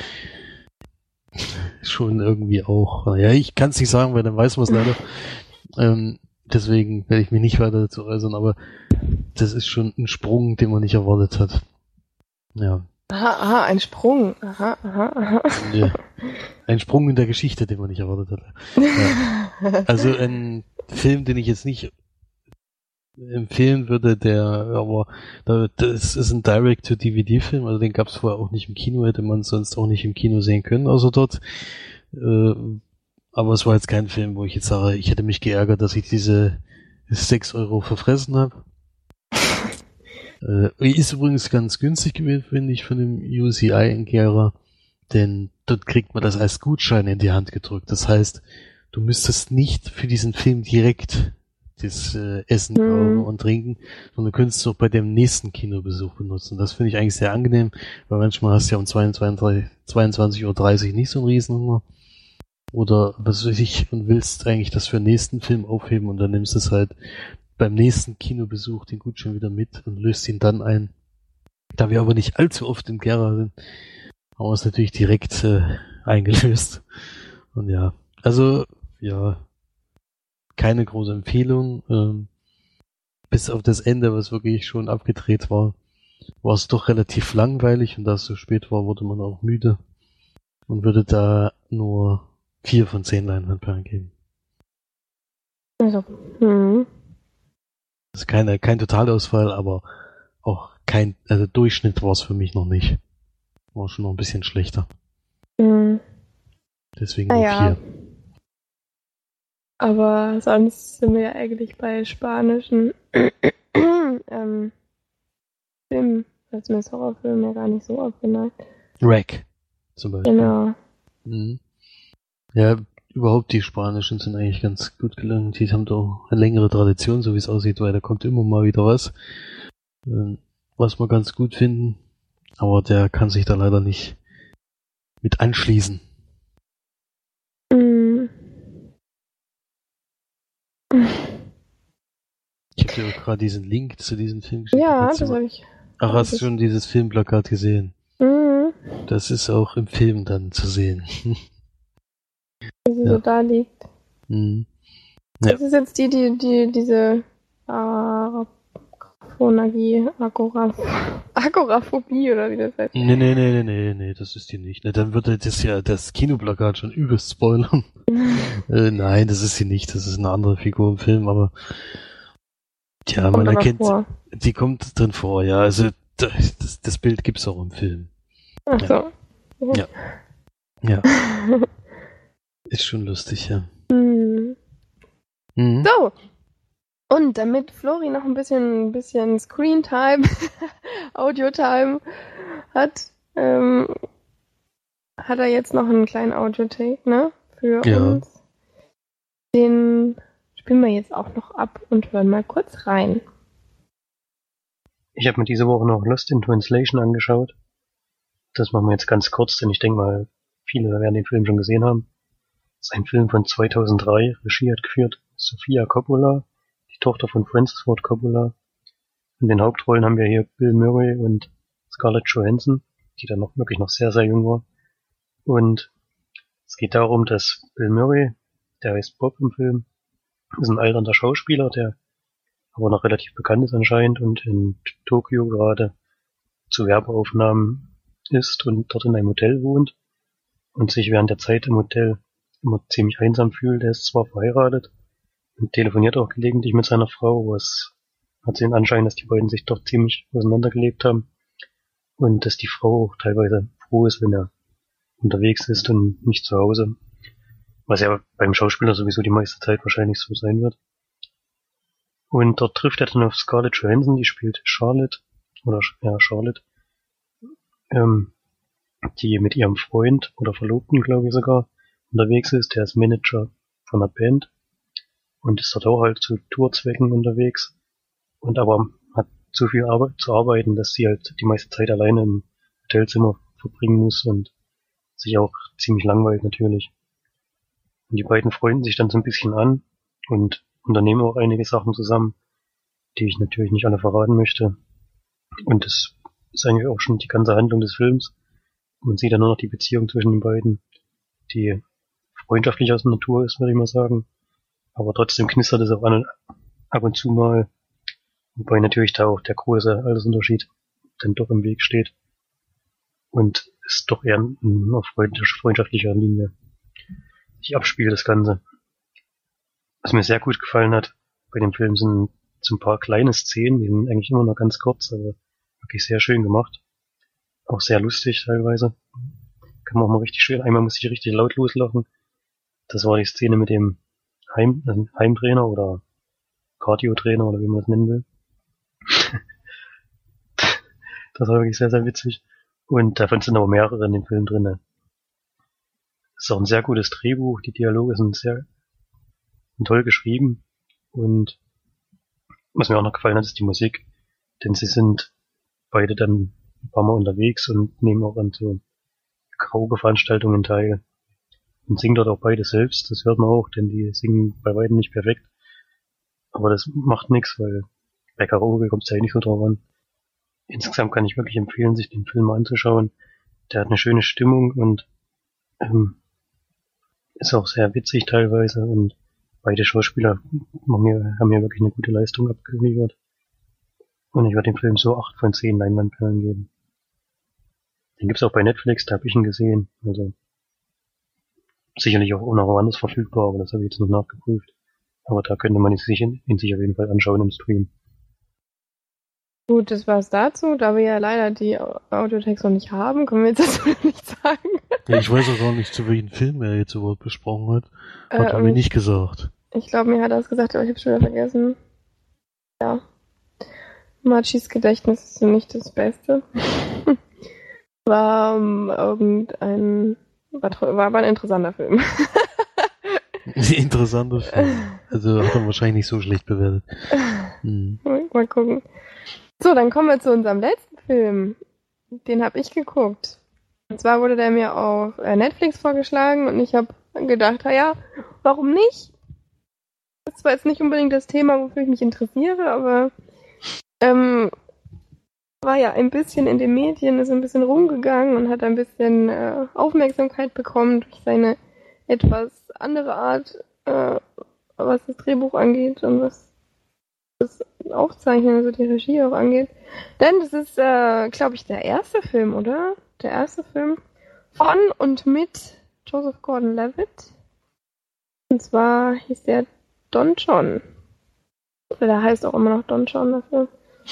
schon irgendwie auch, ja, ich kann es nicht sagen, weil dann weiß man es leider. Deswegen werde ich mich nicht weiter dazu äußern, aber das ist schon ein Sprung, den man nicht erwartet hat. Ja. Aha, ein Sprung. Aha. Ja. Ein Sprung in der Geschichte, den man nicht erwartet hat. Ja. Also ein Film, den ich jetzt nicht empfehlen würde, das ist ein Direct-to-DVD-Film, also den gab es vorher auch nicht im Kino, hätte man sonst auch nicht im Kino sehen können, außer dort. Aber es war jetzt kein Film, wo ich jetzt sage, ich hätte mich geärgert, dass ich diese 6 Euro verfressen habe. Ist übrigens ganz günstig gewesen, finde ich, von dem UCI in Gera, denn dort kriegt man das als Gutschein in die Hand gedrückt. Das heißt, du müsstest nicht für diesen Film direkt das Essen kaufen und trinken, sondern du könntest es auch bei dem nächsten Kinobesuch benutzen. Das finde ich eigentlich sehr angenehm, weil manchmal hast du ja um 22:30 Uhr nicht so einen Riesenhunger. Oder was weiß ich, und willst eigentlich das für den nächsten Film aufheben und dann nimmst du es halt beim nächsten Kinobesuch den Gutschein wieder mit und löst ihn dann ein. Da wir aber nicht allzu oft in Gera sind, haben wir es natürlich direkt eingelöst. Und ja, also ja, keine große Empfehlung. Bis auf das Ende, was wirklich schon abgedreht war, war es doch relativ langweilig und da es so spät war, wurde man auch müde und würde da nur 4 von 10 Leinwandperlen geben. Also, Das ist kein Totalausfall, aber auch also Durchschnitt war es für mich noch nicht. War schon noch ein bisschen schlechter. Deswegen nur 4. Aber sonst sind wir ja eigentlich bei spanischen Filmen, also mit Horrorfilmen ja gar nicht so abgeneigt. Wreck zum Beispiel. Genau. Mhm. Ja, überhaupt die Spanischen sind eigentlich ganz gut gelungen. Die haben doch eine längere Tradition, so wie es aussieht, weil da kommt immer mal wieder was wir ganz gut finden. Aber der kann sich da leider nicht mit anschließen. Ich habe dir gerade diesen Link zu diesem Film geschickt. Ja, das habe ich. Ach, hast du schon dieses Filmplakat gesehen? Das ist auch im Film dann zu sehen. Wie sie so da liegt. Ja. Das ist jetzt diese Agoraphobie oder wie das heißt. Nee, das ist die nicht. Dann würde das ja das Kinoplakat schon übelst spoilern. Nein, das ist sie nicht. Das ist eine andere Figur im Film, aber tja, man erkennt, die kommt drin vor, ja. Also das Bild gibt's auch im Film. Ach so. Ja. Ist schon lustig, ja. Mhm. So. Und damit Flori noch ein bisschen Screen-Time, Audio-Time hat, hat er jetzt noch einen kleinen Audio-Tape, ne? Für Ja. uns. Den spielen wir jetzt auch noch ab und hören mal kurz rein. Ich habe mir diese Woche noch Lost in Translation angeschaut. Das machen wir jetzt ganz kurz, denn ich denke mal, viele werden den Film schon gesehen haben. Das ist ein Film von 2003. Regie hat geführt Sofia Coppola, die Tochter von Francis Ford Coppola. In den Hauptrollen haben wir hier Bill Murray und Scarlett Johansson, die dann noch wirklich noch sehr, sehr jung war. Und es geht darum, dass Bill Murray, der heißt Bob im Film, ist ein alternder Schauspieler, der aber noch relativ bekannt ist anscheinend und in Tokio gerade zu Werbeaufnahmen ist und dort in einem Hotel wohnt und sich während der Zeit im Hotel immer ziemlich einsam fühlt. Er ist zwar verheiratet und telefoniert auch gelegentlich mit seiner Frau, was hat den Anschein, dass die beiden sich doch ziemlich auseinandergelebt haben und dass die Frau auch teilweise froh ist, wenn er unterwegs ist und nicht zu Hause, was ja beim Schauspieler sowieso die meiste Zeit wahrscheinlich so sein wird. Und dort trifft er dann auf Scarlett Johansson, die spielt Charlotte, die mit ihrem Freund oder Verlobten, glaube ich sogar, unterwegs ist. Der ist Manager von einer Band und ist dort auch halt zu Tourzwecken unterwegs und aber hat so viel Arbeit zu arbeiten, dass sie halt die meiste Zeit alleine im Hotelzimmer verbringen muss und sich auch ziemlich langweilt natürlich. Und die beiden freunden sich dann so ein bisschen an und unternehmen auch einige Sachen zusammen, die ich natürlich nicht alle verraten möchte. Und das ist eigentlich auch schon die ganze Handlung des Films. Man sieht dann nur noch die Beziehung zwischen den beiden, die freundschaftlich aus der Natur ist, würde ich mal sagen. Aber trotzdem knistert es auch ab und zu mal, wobei natürlich da auch der große Altersunterschied dann doch im Weg steht. Und es doch eher auf freundschaftlicher Linie sich abspielt, das Ganze. Was mir sehr gut gefallen hat bei dem Film sind so ein paar kleine Szenen, die sind eigentlich immer noch ganz kurz, aber wirklich sehr schön gemacht. Auch sehr lustig teilweise. Kann man auch mal richtig schön, einmal muss ich richtig laut loslachen. Das war die Szene mit dem Heimtrainer oder Cardio-Trainer oder wie man das nennen will. Das war wirklich sehr, sehr witzig. Und davon sind aber mehrere in dem Film drin. Es ist auch ein sehr gutes Drehbuch, die Dialoge sind sehr toll geschrieben und was mir auch noch gefallen hat, ist die Musik, denn sie sind beide dann ein paar Mal unterwegs und nehmen auch an so Karaoke-Veranstaltungen teil und singen dort auch beide selbst, das hört man auch, denn die singen bei weitem nicht perfekt, aber das macht nichts, weil bei Karaoke kommt es ja nicht so drauf an. Insgesamt kann ich wirklich empfehlen, sich den Film mal anzuschauen. Der hat eine schöne Stimmung und ist auch sehr witzig teilweise und beide Schauspieler haben hier wirklich eine gute Leistung abgeliefert. Und ich werde dem Film so 8 von 10 Leinwandperlen geben. Den gibt's auch bei Netflix, da habe ich ihn gesehen. Also sicherlich auch noch woanders verfügbar, aber das habe ich jetzt noch nachgeprüft. Aber da könnte man ihn sich auf jeden Fall anschauen im Stream. Gut, das war's dazu. Da wir ja leider die Audiotext noch nicht haben, können wir jetzt dazu nichts sagen. Ja, ich weiß auch gar nicht, zu welchem Film er jetzt überhaupt besprochen hat. Hat er mir nicht gesagt. Ich glaube, mir hat er es gesagt, aber ich habe schon wieder vergessen. Ja. Machis Gedächtnis ist nicht das Beste. War aber ein interessanter Film. Interessanter Film. Also hat er wahrscheinlich nicht so schlecht bewertet. Mal gucken. So, dann kommen wir zu unserem letzten Film. Den habe ich geguckt. Und zwar wurde der mir auf Netflix vorgeschlagen und ich habe gedacht, ja, warum nicht? Das ist zwar jetzt nicht unbedingt das Thema, wofür ich mich interessiere, aber war ja ein bisschen in den Medien, ist ein bisschen rumgegangen und hat ein bisschen Aufmerksamkeit bekommen durch seine etwas andere Art, was das Drehbuch angeht und was das Aufzeichnen, also die Regie auch angeht. Denn das ist, glaube ich, der erste Film, oder? Der erste Film von und mit Joseph Gordon-Levitt. Und zwar hieß der Don John. Oder der heißt auch immer noch Don John dafür.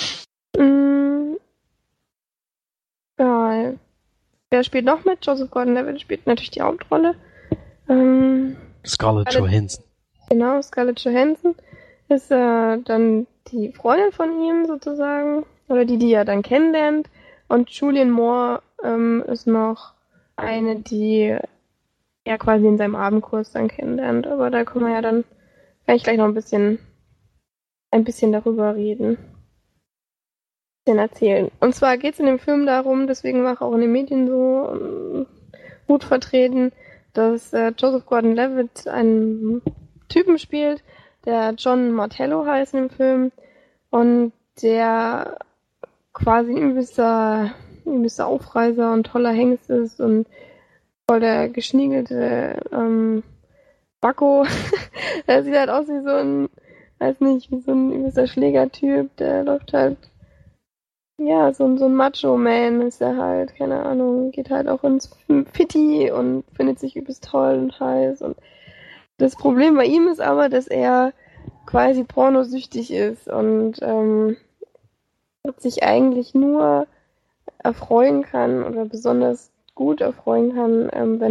Ja, wer spielt noch mit? Joseph Gordon-Levitt spielt natürlich die Hauptrolle. Scarlett Johansson. Genau, Scarlett Johansson ist dann die Freundin von ihm sozusagen, oder die er dann kennenlernt. Und Julianne Moore ist noch eine, die er quasi in seinem Abendkurs dann kennenlernt. Aber da kann ich gleich noch ein bisschen darüber reden, ein bisschen erzählen. Und zwar geht es in dem Film darum, deswegen war auch in den Medien so gut vertreten, dass Joseph Gordon-Levitt einen Typen spielt, der John Martello heißt in dem Film und der quasi ein übelster Aufreißer und toller Hengst ist und voll der geschniegelte Backo. Der sieht halt aus wie so ein, weiß nicht, wie so ein übelster Schlägertyp, der läuft halt, ja, so ein Macho-Man ist er halt, keine Ahnung, geht halt auch ins Fitti und findet sich übelst toll und heiß und das Problem bei ihm ist aber, dass er quasi pornosüchtig ist und sich eigentlich nur erfreuen kann oder besonders gut erfreuen kann,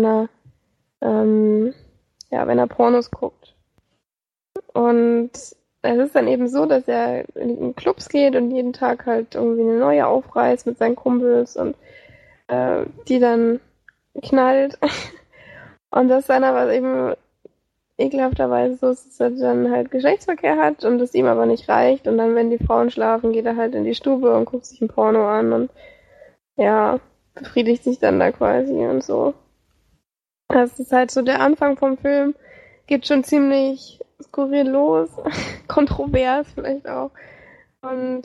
wenn er Pornos guckt. Und es ist dann eben so, dass er in Clubs geht und jeden Tag halt irgendwie eine neue aufreißt mit seinen Kumpels und die dann knallt. Und das dann aber eben ekelhafterweise so ist, dass er dann halt Geschlechtsverkehr hat und es ihm aber nicht reicht. Und dann, wenn die Frauen schlafen, geht er halt in die Stube und guckt sich ein Porno an und ja, befriedigt sich dann da quasi und so. Das ist halt so der Anfang vom Film. Geht schon ziemlich skurril los. Kontrovers vielleicht auch. Und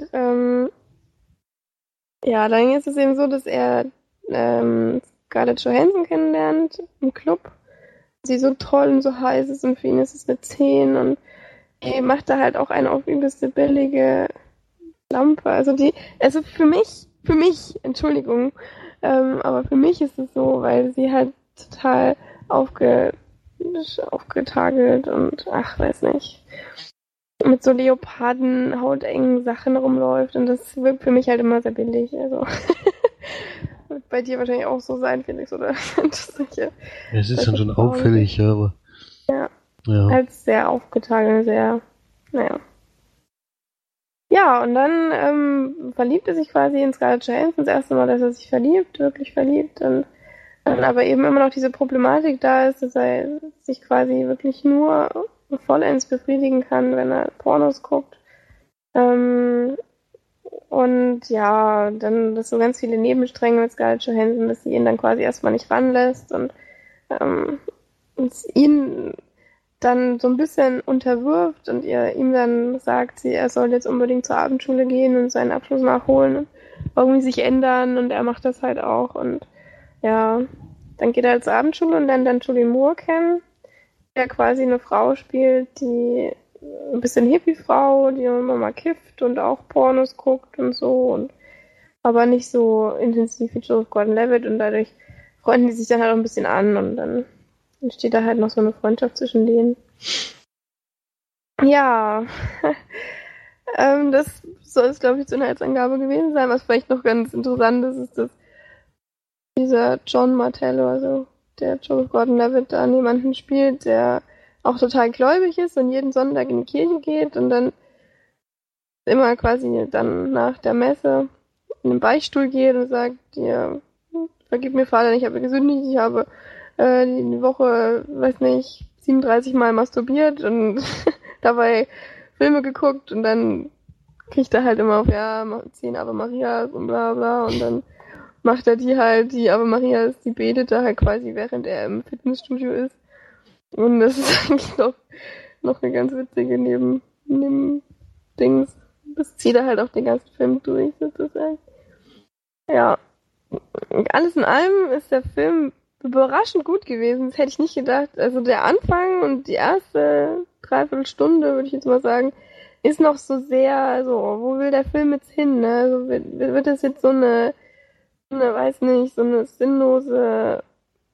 ja, dann ist es eben so, dass er Scarlett Johansson kennenlernt im Club. Sie so toll und so heiß ist und für ihn ist es eine 10 und er macht da halt auch eine auf übelste billige Lampe. Also für mich, Entschuldigung, aber für mich ist es so, weil sie halt total aufgetagelt und ach, weiß nicht, mit so Leoparden hautengen Sachen rumläuft und das wirkt für mich halt immer sehr billig. Also wird bei dir wahrscheinlich auch so sein, Felix, oder? Es ist dann schon auffällig, ja, aber. Ja. Ja. Als sehr aufgetagelt, sehr, naja. Ja, und dann verliebt er sich quasi in Scarlett Johansson. Das erste Mal, dass er sich wirklich verliebt. Und dann aber eben immer noch diese Problematik da ist, dass er sich quasi wirklich nur vollends befriedigen kann, wenn er Pornos guckt. Und ja, dann das so ganz viele Nebenstränge mit Scarlett Johansson, dass sie ihn dann quasi erstmal nicht ranlässt und ihn dann so ein bisschen unterwirft und ihm dann sagt, er soll jetzt unbedingt zur Abendschule gehen und seinen Abschluss nachholen und irgendwie sich ändern und er macht das halt auch und ja, dann geht er halt zur Abendschule und lernt dann Julianne Moore kennen, der quasi eine Frau spielt, die ein bisschen Hippie-Frau, die immer mal kifft und auch Pornos guckt und so und aber nicht so intensiv wie Joseph Gordon-Levitt und dadurch freunden die sich dann halt auch ein bisschen an und dann entsteht da halt noch so eine Freundschaft zwischen denen. Ja, das soll es, glaube ich, zur Inhaltsangabe gewesen sein. Was vielleicht noch ganz interessant ist, dass dieser John Martello, also der Joseph Gordon-Levitt, da jemanden spielt, der auch total gläubig ist und jeden Sonntag in die Kirche geht und dann immer quasi dann nach der Messe in den Beichtstuhl geht und sagt, ja, vergib mir Vater, ich habe gesündigt, ich habe die Woche, weiß nicht, 37 Mal masturbiert und dabei Filme geguckt und dann kriegt er halt immer auf, ja, 10 Ave Marias und bla bla und dann macht er die Ave Marias, die betet er halt quasi, während er im Fitnessstudio ist. Und das ist eigentlich noch eine ganz witzige Neben-Dings. Das zieht er halt auch den ganzen Film durch, sozusagen. Ja. Alles in allem ist der Film überraschend gut gewesen. Das hätte ich nicht gedacht. Also der Anfang und die erste Dreiviertelstunde, würde ich jetzt mal sagen, ist noch so sehr, so, wo will der Film jetzt hin, ne? Also wird das jetzt so eine, weiß nicht, so eine sinnlose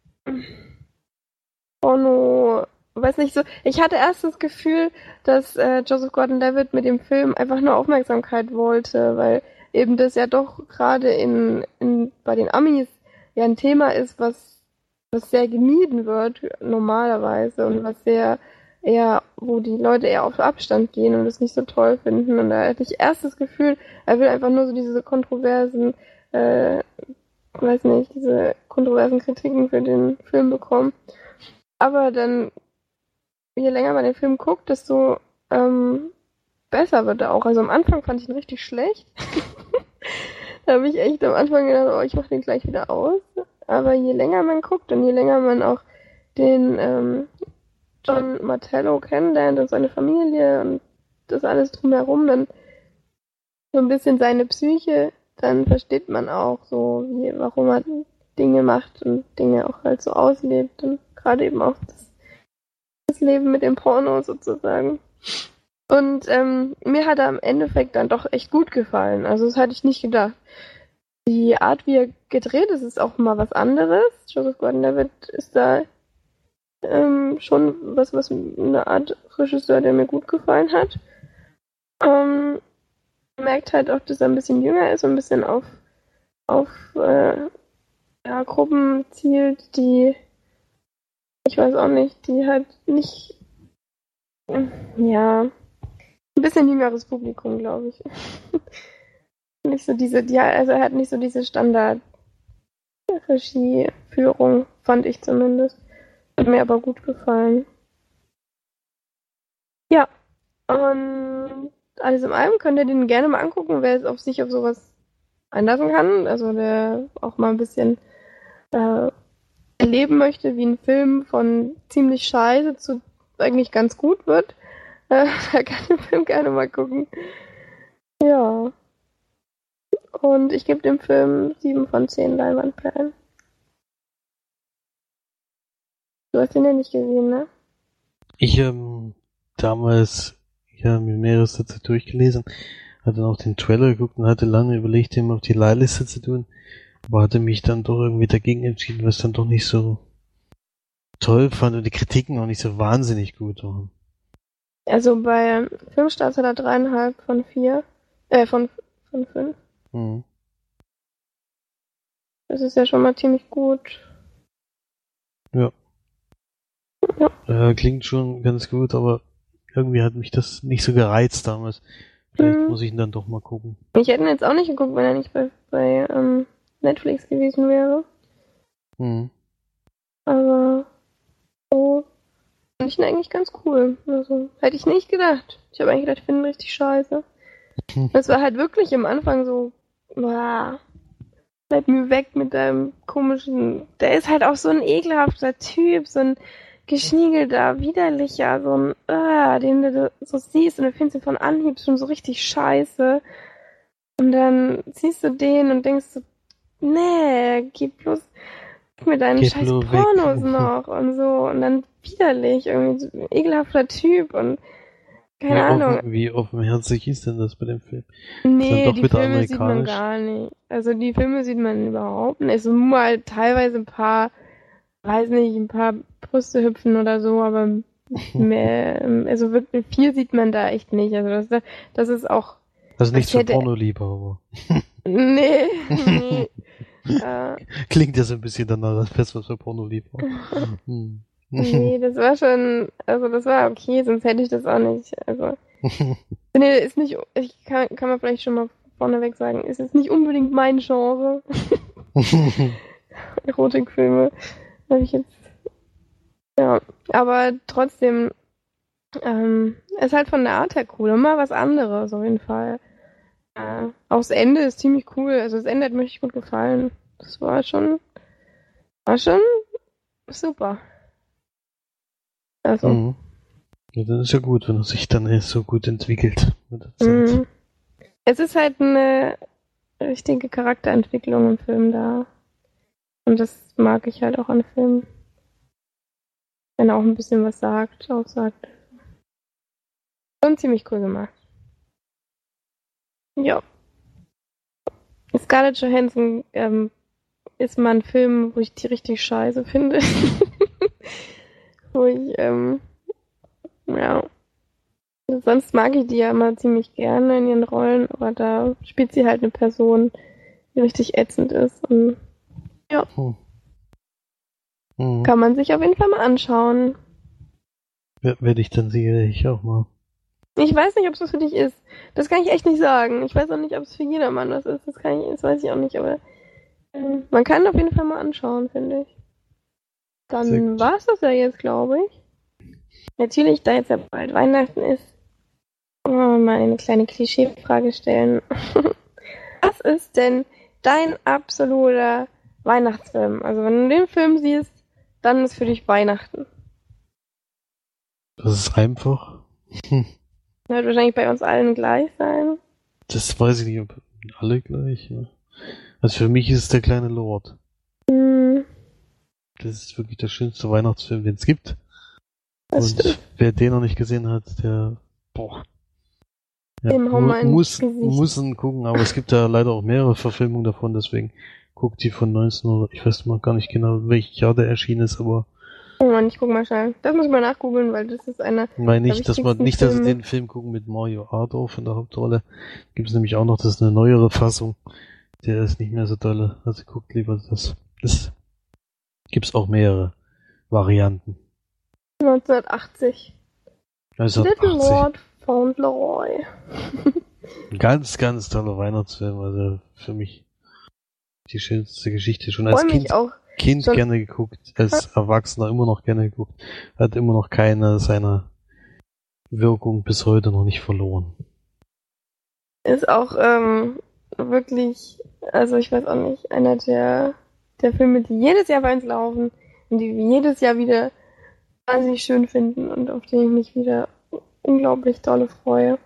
Porno, weiß nicht, so. Ich hatte erst das Gefühl, dass Joseph Gordon-Levitt mit dem Film einfach nur Aufmerksamkeit wollte, weil eben das ja doch gerade bei den Amis ja ein Thema ist, was sehr gemieden wird normalerweise und was sehr wo die Leute eher auf Abstand gehen und es nicht so toll finden. Und da hatte ich erst das Gefühl, er will einfach nur so diese kontroversen, weiß nicht, diese kontroversen Kritiken für den Film bekommen. Aber dann, je länger man den Film guckt, desto besser wird er auch. Also am Anfang fand ich ihn richtig schlecht. Da habe ich echt am Anfang gedacht, oh, ich mache den gleich wieder aus. Aber je länger man guckt und je länger man auch den John Martello kennenlernt und seine Familie und das alles drumherum, dann so ein bisschen seine Psyche, dann versteht man auch so, warum er Dinge macht und Dinge auch halt so auslebt und gerade eben auch das Leben mit dem Porno sozusagen. Und mir hat er im Endeffekt dann doch echt gut gefallen. Also das hatte ich nicht gedacht. Die Art, wie er gedreht ist, ist auch mal was anderes. Joseph Gordon-Levitt ist da schon was eine Art Regisseur, der mir gut gefallen hat. Man merkt halt auch, dass er ein bisschen jünger ist und ein bisschen auf Gruppen zielt, die, ich weiß auch nicht, die halt nicht, ein bisschen jüngeres Publikum, glaube ich. Nicht so also er hat nicht so diese Standard-Regie-Führung, fand ich zumindest. Hat mir aber gut gefallen. Ja, und alles in allem könnt ihr den gerne mal angucken, wer es auf sowas einlassen kann. Also der auch mal ein bisschen erleben möchte, wie ein Film von ziemlich scheiße zu eigentlich ganz gut wird. Da kann den Film gerne mal gucken. Ja. Und ich gebe dem Film 7 von 10 Leinwandperlen. Du hast ihn ja nicht gesehen, ne? Ich damals mir mehrere Sätze durchgelesen, hatte auch den Trailer geguckt und hatte lange überlegt, ihn auf die Leihliste zu tun, aber hatte mich dann doch irgendwie dagegen entschieden, was dann doch nicht so toll fand und die Kritiken auch nicht so wahnsinnig gut waren. Also bei Filmstarts hat er 3,5 von 4, von 5. Mhm. Das ist ja schon mal ziemlich gut. Ja. Ja. Klingt schon ganz gut, aber irgendwie hat mich das nicht so gereizt damals. Vielleicht muss ich ihn dann doch mal gucken. Ich hätte ihn jetzt auch nicht geguckt, wenn er nicht bei Netflix gewesen wäre. Mhm. Aber so fand ich ihn eigentlich ganz cool. Also, hätte ich nicht gedacht. Ich habe eigentlich gedacht, ich finde ihn richtig scheiße. Das war halt wirklich am Anfang so, bleib mir weg mit deinem komischen, der ist halt auch so ein ekelhafter Typ, so ein geschniegelter, widerlicher, so ein, den du so siehst und du findest ihn von Anhieb schon so richtig scheiße. Und dann siehst du den und denkst so, nee, gib mir deinen Geh scheiß bloß Pornos weg. noch und so. Und dann widerlich, irgendwie so ein ekelhafter Typ und keine Ahnung. Wie offenherzig ist denn das bei dem Film? Nee, doch die wieder Filme sieht man amerikanisch. gar nicht. Also die Filme sieht man überhaupt nicht. Also nur mal teilweise ein paar Brüste hüpfen oder so, aber mehr, also wirklich viel sieht man da echt nicht. Also das ist auch. Also nichts für hätte- Pornoliebhaber. Nee. Klingt ja so ein bisschen danach, als wäre es was für Pornoliebhaber. Nee, das war schon, also das war okay, sonst hätte ich das auch nicht. Also. Nee, ist nicht, kann man vielleicht schon mal vorneweg sagen, ist jetzt nicht unbedingt mein Genre. Erotikfilme. Habe ich jetzt. Ja, aber trotzdem, ist halt von der Art her cool. Immer was anderes, auf jeden Fall. Auch das Ende ist ziemlich cool. Also das Ende hat mir richtig gut gefallen. Das war schon super. Also. Mhm. Ja, das ist ja gut, wenn er sich dann erst so gut entwickelt mit der Zeit. Mhm. Es ist halt eine richtige Charakterentwicklung im Film da. Und das mag ich halt auch an Filmen. Wenn er auch ein bisschen was aussagt. Schon ziemlich cool gemacht. Ja. Scarlett Johansson ist mal ein Film, wo ich die richtig scheiße finde. Wo ich, sonst mag ich die ja immer ziemlich gerne in ihren Rollen, aber da spielt sie halt eine Person, die richtig ätzend ist. Und Mhm. kann man sich auf jeden Fall mal anschauen. Werde ich dann sicherlich auch mal. Ich weiß nicht, ob es was für dich ist. Das kann ich echt nicht sagen. Ich weiß auch nicht, ob es für jedermann was ist. Das weiß ich auch nicht, aber man kann auf jeden Fall mal anschauen, finde ich. Sehr Dann gut. war es das ja jetzt, glaube ich. Natürlich, da jetzt ja bald Weihnachten ist, mal eine kleine Klischeefrage stellen. Was ist denn dein absoluter Weihnachtsfilm? Also wenn du den Film siehst, dann ist für dich Weihnachten. Das ist einfach. Wird wahrscheinlich bei uns allen gleich sein. Das weiß ich nicht, ob alle gleich. Ja. Also für mich ist es der kleine Lord. Hm, Das ist wirklich der schönste Weihnachtsfilm, den es gibt. das Und stimmt. wer den noch nicht gesehen hat, der ja, Dem hau mal ins muss Gesicht. ihn gucken, aber es gibt da leider auch mehrere Verfilmungen davon, deswegen guckt die von 19 oder ich weiß mal gar nicht genau, welches Jahr der erschienen ist, aber Oh Mann, ich guck mal schnell. Das muss ich mal nachgoogeln, weil das ist einer meine der nicht, dass wichtigsten sie Filme. den Film gucken mit Mario Adorf in der Hauptrolle. Gibt es nämlich auch noch, das ist eine neuere Fassung. Der ist nicht mehr so dolle. Also guckt lieber das. Das gibt's auch mehrere Varianten. 1980. Also Little 80. Lord Fauntleroy. Ein ganz, ganz toller Weihnachtsfilm. Also für mich die schönste Geschichte. Schon Ich als freue mich auch. Kind schon- gerne geguckt, als Erwachsener immer noch gerne geguckt. Hat immer noch keine seiner Wirkung bis heute noch nicht verloren. Ist auch wirklich, also ich weiß auch nicht, einer der Filme, die jedes Jahr bei uns laufen und die wir jedes Jahr wieder wahnsinnig schön finden und auf die ich mich wieder unglaublich dolle freue.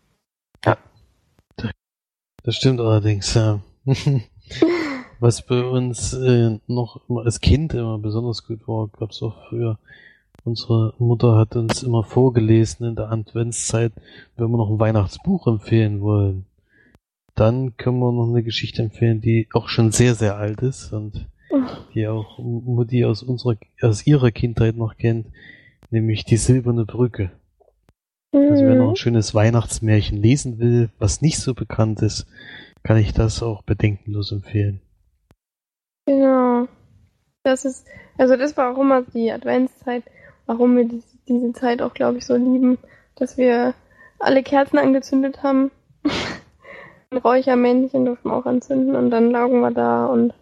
Das stimmt allerdings, ja. Was bei uns noch immer als Kind immer besonders gut war, gab's auch früher. Unsere Mutter hat uns immer vorgelesen in der Adventszeit, wenn wir noch ein Weihnachtsbuch empfehlen wollen. Dann können wir noch eine Geschichte empfehlen, die auch schon sehr, sehr alt ist und die auch Mutti aus ihrer Kindheit noch kennt, nämlich die Silberne Brücke. Also wer noch ein schönes Weihnachtsmärchen lesen will, was nicht so bekannt ist, kann ich das auch bedenkenlos empfehlen. Genau. Das war auch immer die Adventszeit, warum wir diese Zeit auch, glaube ich, so lieben, dass wir alle Kerzen angezündet haben. Ein Räuchermännchen durften wir auch anzünden und dann lagen wir da und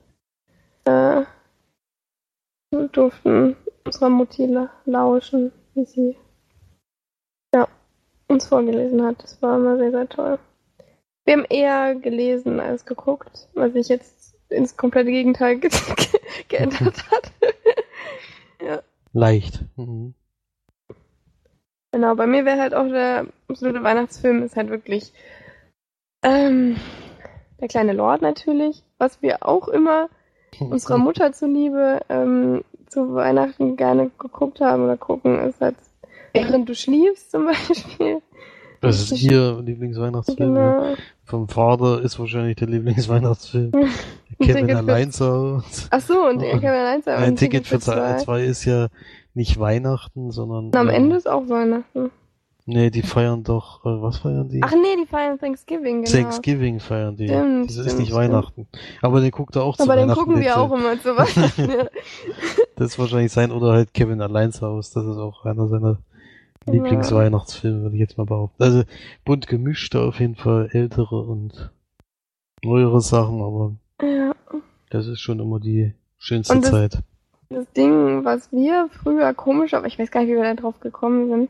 durften unserer Mutti lauschen, wie sie uns vorgelesen hat. Das war immer sehr, sehr toll. Wir haben eher gelesen als geguckt, was sich jetzt ins komplette Gegenteil geändert hat. Ja. Leicht. Mhm. Genau, bei mir wäre halt auch der absolute Weihnachtsfilm ist halt wirklich der kleine Lord natürlich, was wir auch immer unserer Mutter zuliebe zu Weihnachten gerne geguckt haben oder gucken, ist halt während du schliefst zum Beispiel. Das ist ihr Lieblingsweihnachtsfilm. Ja. Genau. Vom Vater ist wahrscheinlich der Lieblingsweihnachtsfilm. Kevin Ticket allein für- zu Hause. Ach so, und Kevin allein sein. Ein Ticket für 2 ist ja nicht Weihnachten, sondern... Und am Ende ist auch Weihnachten. Nee, die feiern doch... was feiern die? Ach nee, die feiern Thanksgiving, genau. Thanksgiving feiern die. Stimmt, Das ist stimmt, nicht stimmt. Weihnachten. Aber den guckt er auch zu Aber den Weihnachten. gucken wir den auch Film. immer zu Weihnachten. Ja. Das ist wahrscheinlich sein oder halt Kevin allein zu Hause. Das ist auch einer seiner Lieblingsweihnachtsfilme, würde ich jetzt mal behaupten. Also bunt gemischt auf jeden Fall, ältere und neuere Sachen, aber Ja. das ist schon immer die schönste Und das- Zeit. Das Ding, was wir früher komisch, aber ich weiß gar nicht, wie wir da drauf gekommen sind,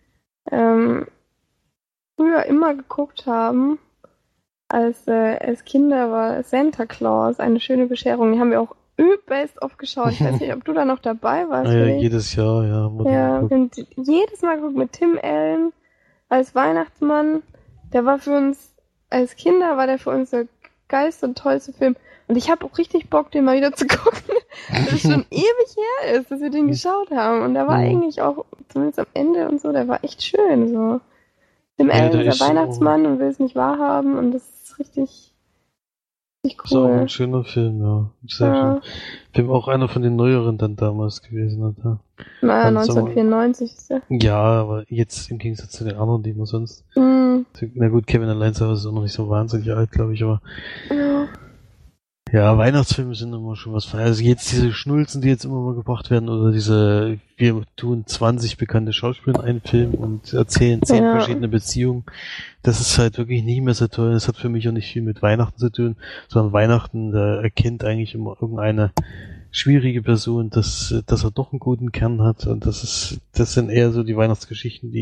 früher immer geguckt haben, als Kinder, war Santa Claus, eine schöne Bescherung. Die haben wir auch übelst oft geschaut. Ich weiß nicht, ob du da noch dabei warst. Ja, Felix. jedes Jahr, ja. wurde Ja, geguckt. wir haben jedes Mal geguckt mit Tim Allen als Weihnachtsmann. Der war für uns, als Kinder war der für uns der geilste und tollste Film. Und ich habe auch richtig Bock, den mal wieder zu gucken. Das ist schon ewig her ist, dass wir den geschaut haben. Und der war Mhm. eigentlich auch, zumindest am Ende und so, der war echt schön. So. Tim Ja, Allen der ist der ist so- Weihnachtsmann und will es nicht wahrhaben. Und das ist richtig Ist auch cool. ein schöner Film, ja. Sehr Ja. schön. Film auch einer von den neueren dann damals gewesen hat, ja. Naja, Also, 1994 ist der. Ja, aber jetzt im Gegensatz zu den anderen, die man sonst... Mhm. Na gut, Kevin allein zu Hause ist auch noch nicht so wahnsinnig alt, glaube ich, aber Ja. Ja, Weihnachtsfilme sind immer schon was. Also jetzt diese Schnulzen, die jetzt immer mal gebracht werden, oder wir tun 20 bekannte Schauspieler in einen Film und erzählen 10 verschiedene Beziehungen. Das ist halt wirklich nicht mehr so toll. Das hat für mich auch nicht viel mit Weihnachten zu tun, sondern Weihnachten, da erkennt eigentlich immer irgendeine schwierige Person, dass er doch einen guten Kern hat, und das sind eher so die Weihnachtsgeschichten,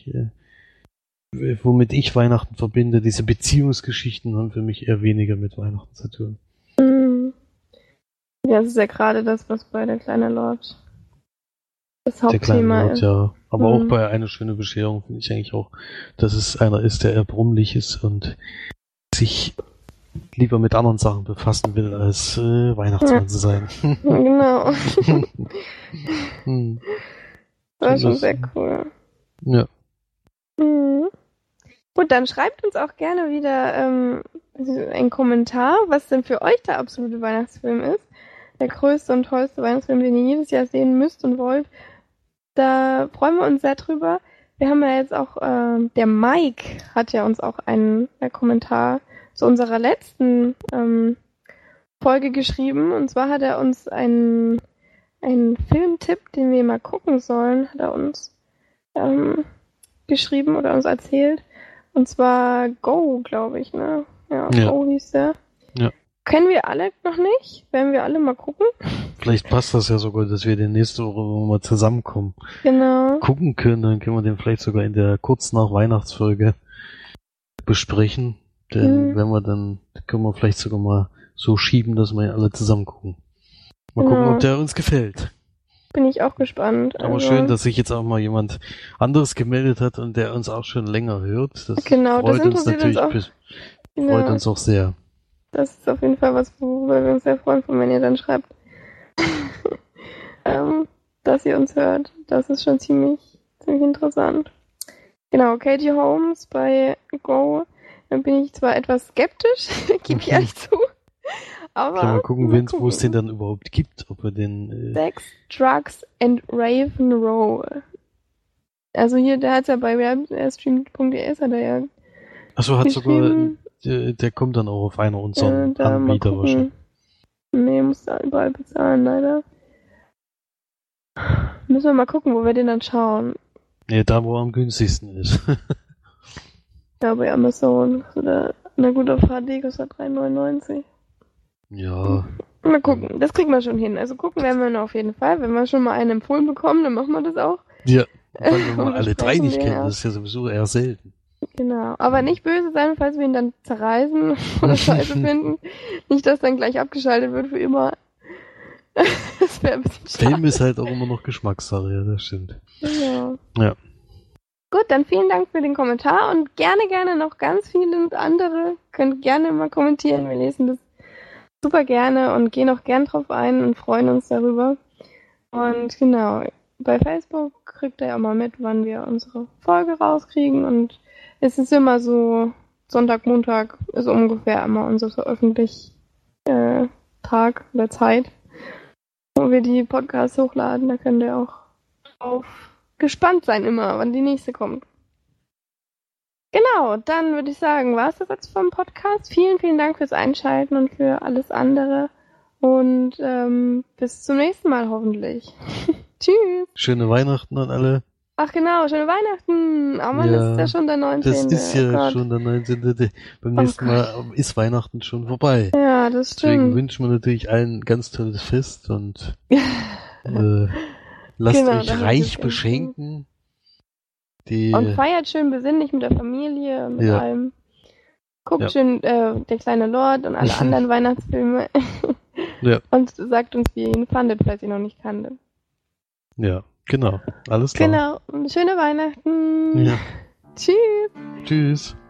womit ich Weihnachten verbinde. Diese Beziehungsgeschichten haben für mich eher weniger mit Weihnachten zu tun. Ja, das ist ja gerade das, was bei der kleine Lord das Der kleine Hauptthema Lord, ist. ja. Aber auch bei Eine schöne Bescherung finde ich eigentlich auch, dass es einer ist, der eher brummelig ist und sich lieber mit anderen Sachen befassen will, als Weihnachtsmann zu sein. Genau. Das war schon sehr cool. Ja. Gut, dann schreibt uns auch gerne wieder einen Kommentar, was denn für euch der absolute Weihnachtsfilm ist. Der größte und tollste Weihnachtsfilm, den ihr jedes Jahr sehen müsst und wollt. Da freuen wir uns sehr drüber. Wir haben ja jetzt auch, der Mike hat ja uns auch einen Kommentar zu unserer letzten Folge geschrieben. Und zwar hat er uns einen Filmtipp, den wir mal gucken sollen, hat er uns geschrieben oder uns erzählt. Und zwar Go, glaube ich, ne? Ja, Go hieß der. Ja. Kennen wir alle noch nicht? Werden wir alle mal gucken? Vielleicht passt das ja sogar, dass wir den nächste Woche mal zusammenkommen. Genau. Gucken können, dann können wir den vielleicht sogar in der kurz nach Weihnachtsfolge besprechen. Denn wenn wir dann können wir vielleicht sogar mal so schieben, dass wir ihn alle zusammen gucken. Mal gucken, ob der uns gefällt. Bin ich auch gespannt. Aber schön, dass sich jetzt auch mal jemand anderes gemeldet hat und der uns auch schon länger hört. Das freut uns natürlich. Freut uns auch sehr. Das ist auf jeden Fall was, worüber wir uns sehr freuen, wenn ihr dann schreibt, dass ihr uns hört. Das ist schon ziemlich interessant. Genau, Katie Holmes bei Go. Dann bin ich zwar etwas skeptisch, gebe ich ehrlich zu. Aber mal gucken, wo es den dann überhaupt gibt, ob wir den... Sex, Drugs and Ravenroll. Also hier, der hat ja bei webstream.de hat er ja Achso, hat sogar... Der kommt dann auch auf einer unserer Anbieter wahrscheinlich. Nee, muss da überall bezahlen, leider. Müssen wir mal gucken, wo wir den dann schauen. Ja, da wo er am günstigsten ist. Ja, bei Amazon. Oder na gut, auf HD kostet 3,99. Ja. Mal gucken, das kriegen wir schon hin. Also gucken werden wir noch auf jeden Fall. Wenn wir schon mal einen empfohlen bekommen, dann machen wir das auch. Ja, weil wir mal alle drei nicht kennen, das ist ja sowieso eher selten. Genau, aber nicht böse sein, falls wir ihn dann zerreißen oder scheiße finden. Nicht, dass dann gleich abgeschaltet wird für immer. Das wäre ein bisschen schade. Film ist halt auch immer noch Geschmackssache, ja, das stimmt. Genau. Ja. Gut, dann vielen Dank für den Kommentar und gerne noch ganz viele andere. Könnt gerne mal kommentieren, wir lesen das super gerne und gehen auch gern drauf ein und freuen uns darüber. Und genau, bei Facebook kriegt ihr ja auch mal mit, wann wir unsere Folge rauskriegen, und es ist immer so, Sonntag, Montag ist ungefähr immer unser Tag oder Zeit, wo wir die Podcasts hochladen. Da könnt ihr auch drauf gespannt sein immer, wann die nächste kommt. Genau, dann würde ich sagen, war es das jetzt vom Podcast. Vielen Dank fürs Einschalten und für alles andere. Und bis zum nächsten Mal hoffentlich. Tschüss. Schöne Weihnachten an alle. Ach genau, schöne Weihnachten. Oh Mann, das ist ja schon der 19. Das ist ja schon der 19. Beim nächsten Mal ist Weihnachten schon vorbei. Ja, das stimmt. Deswegen wünschen wir natürlich allen ein ganz tolles Fest und lasst euch reich beschenken. Und feiert schön besinnlich mit der Familie, mit allem. Guckt schön der kleine Lord und alle anderen Weihnachtsfilme. Und sagt uns, wie ihr ihn fandet, falls ihr noch nicht kanntet. Ja, genau. Alles klar. Genau. Und schöne Weihnachten. Ja. Tschüss. Tschüss.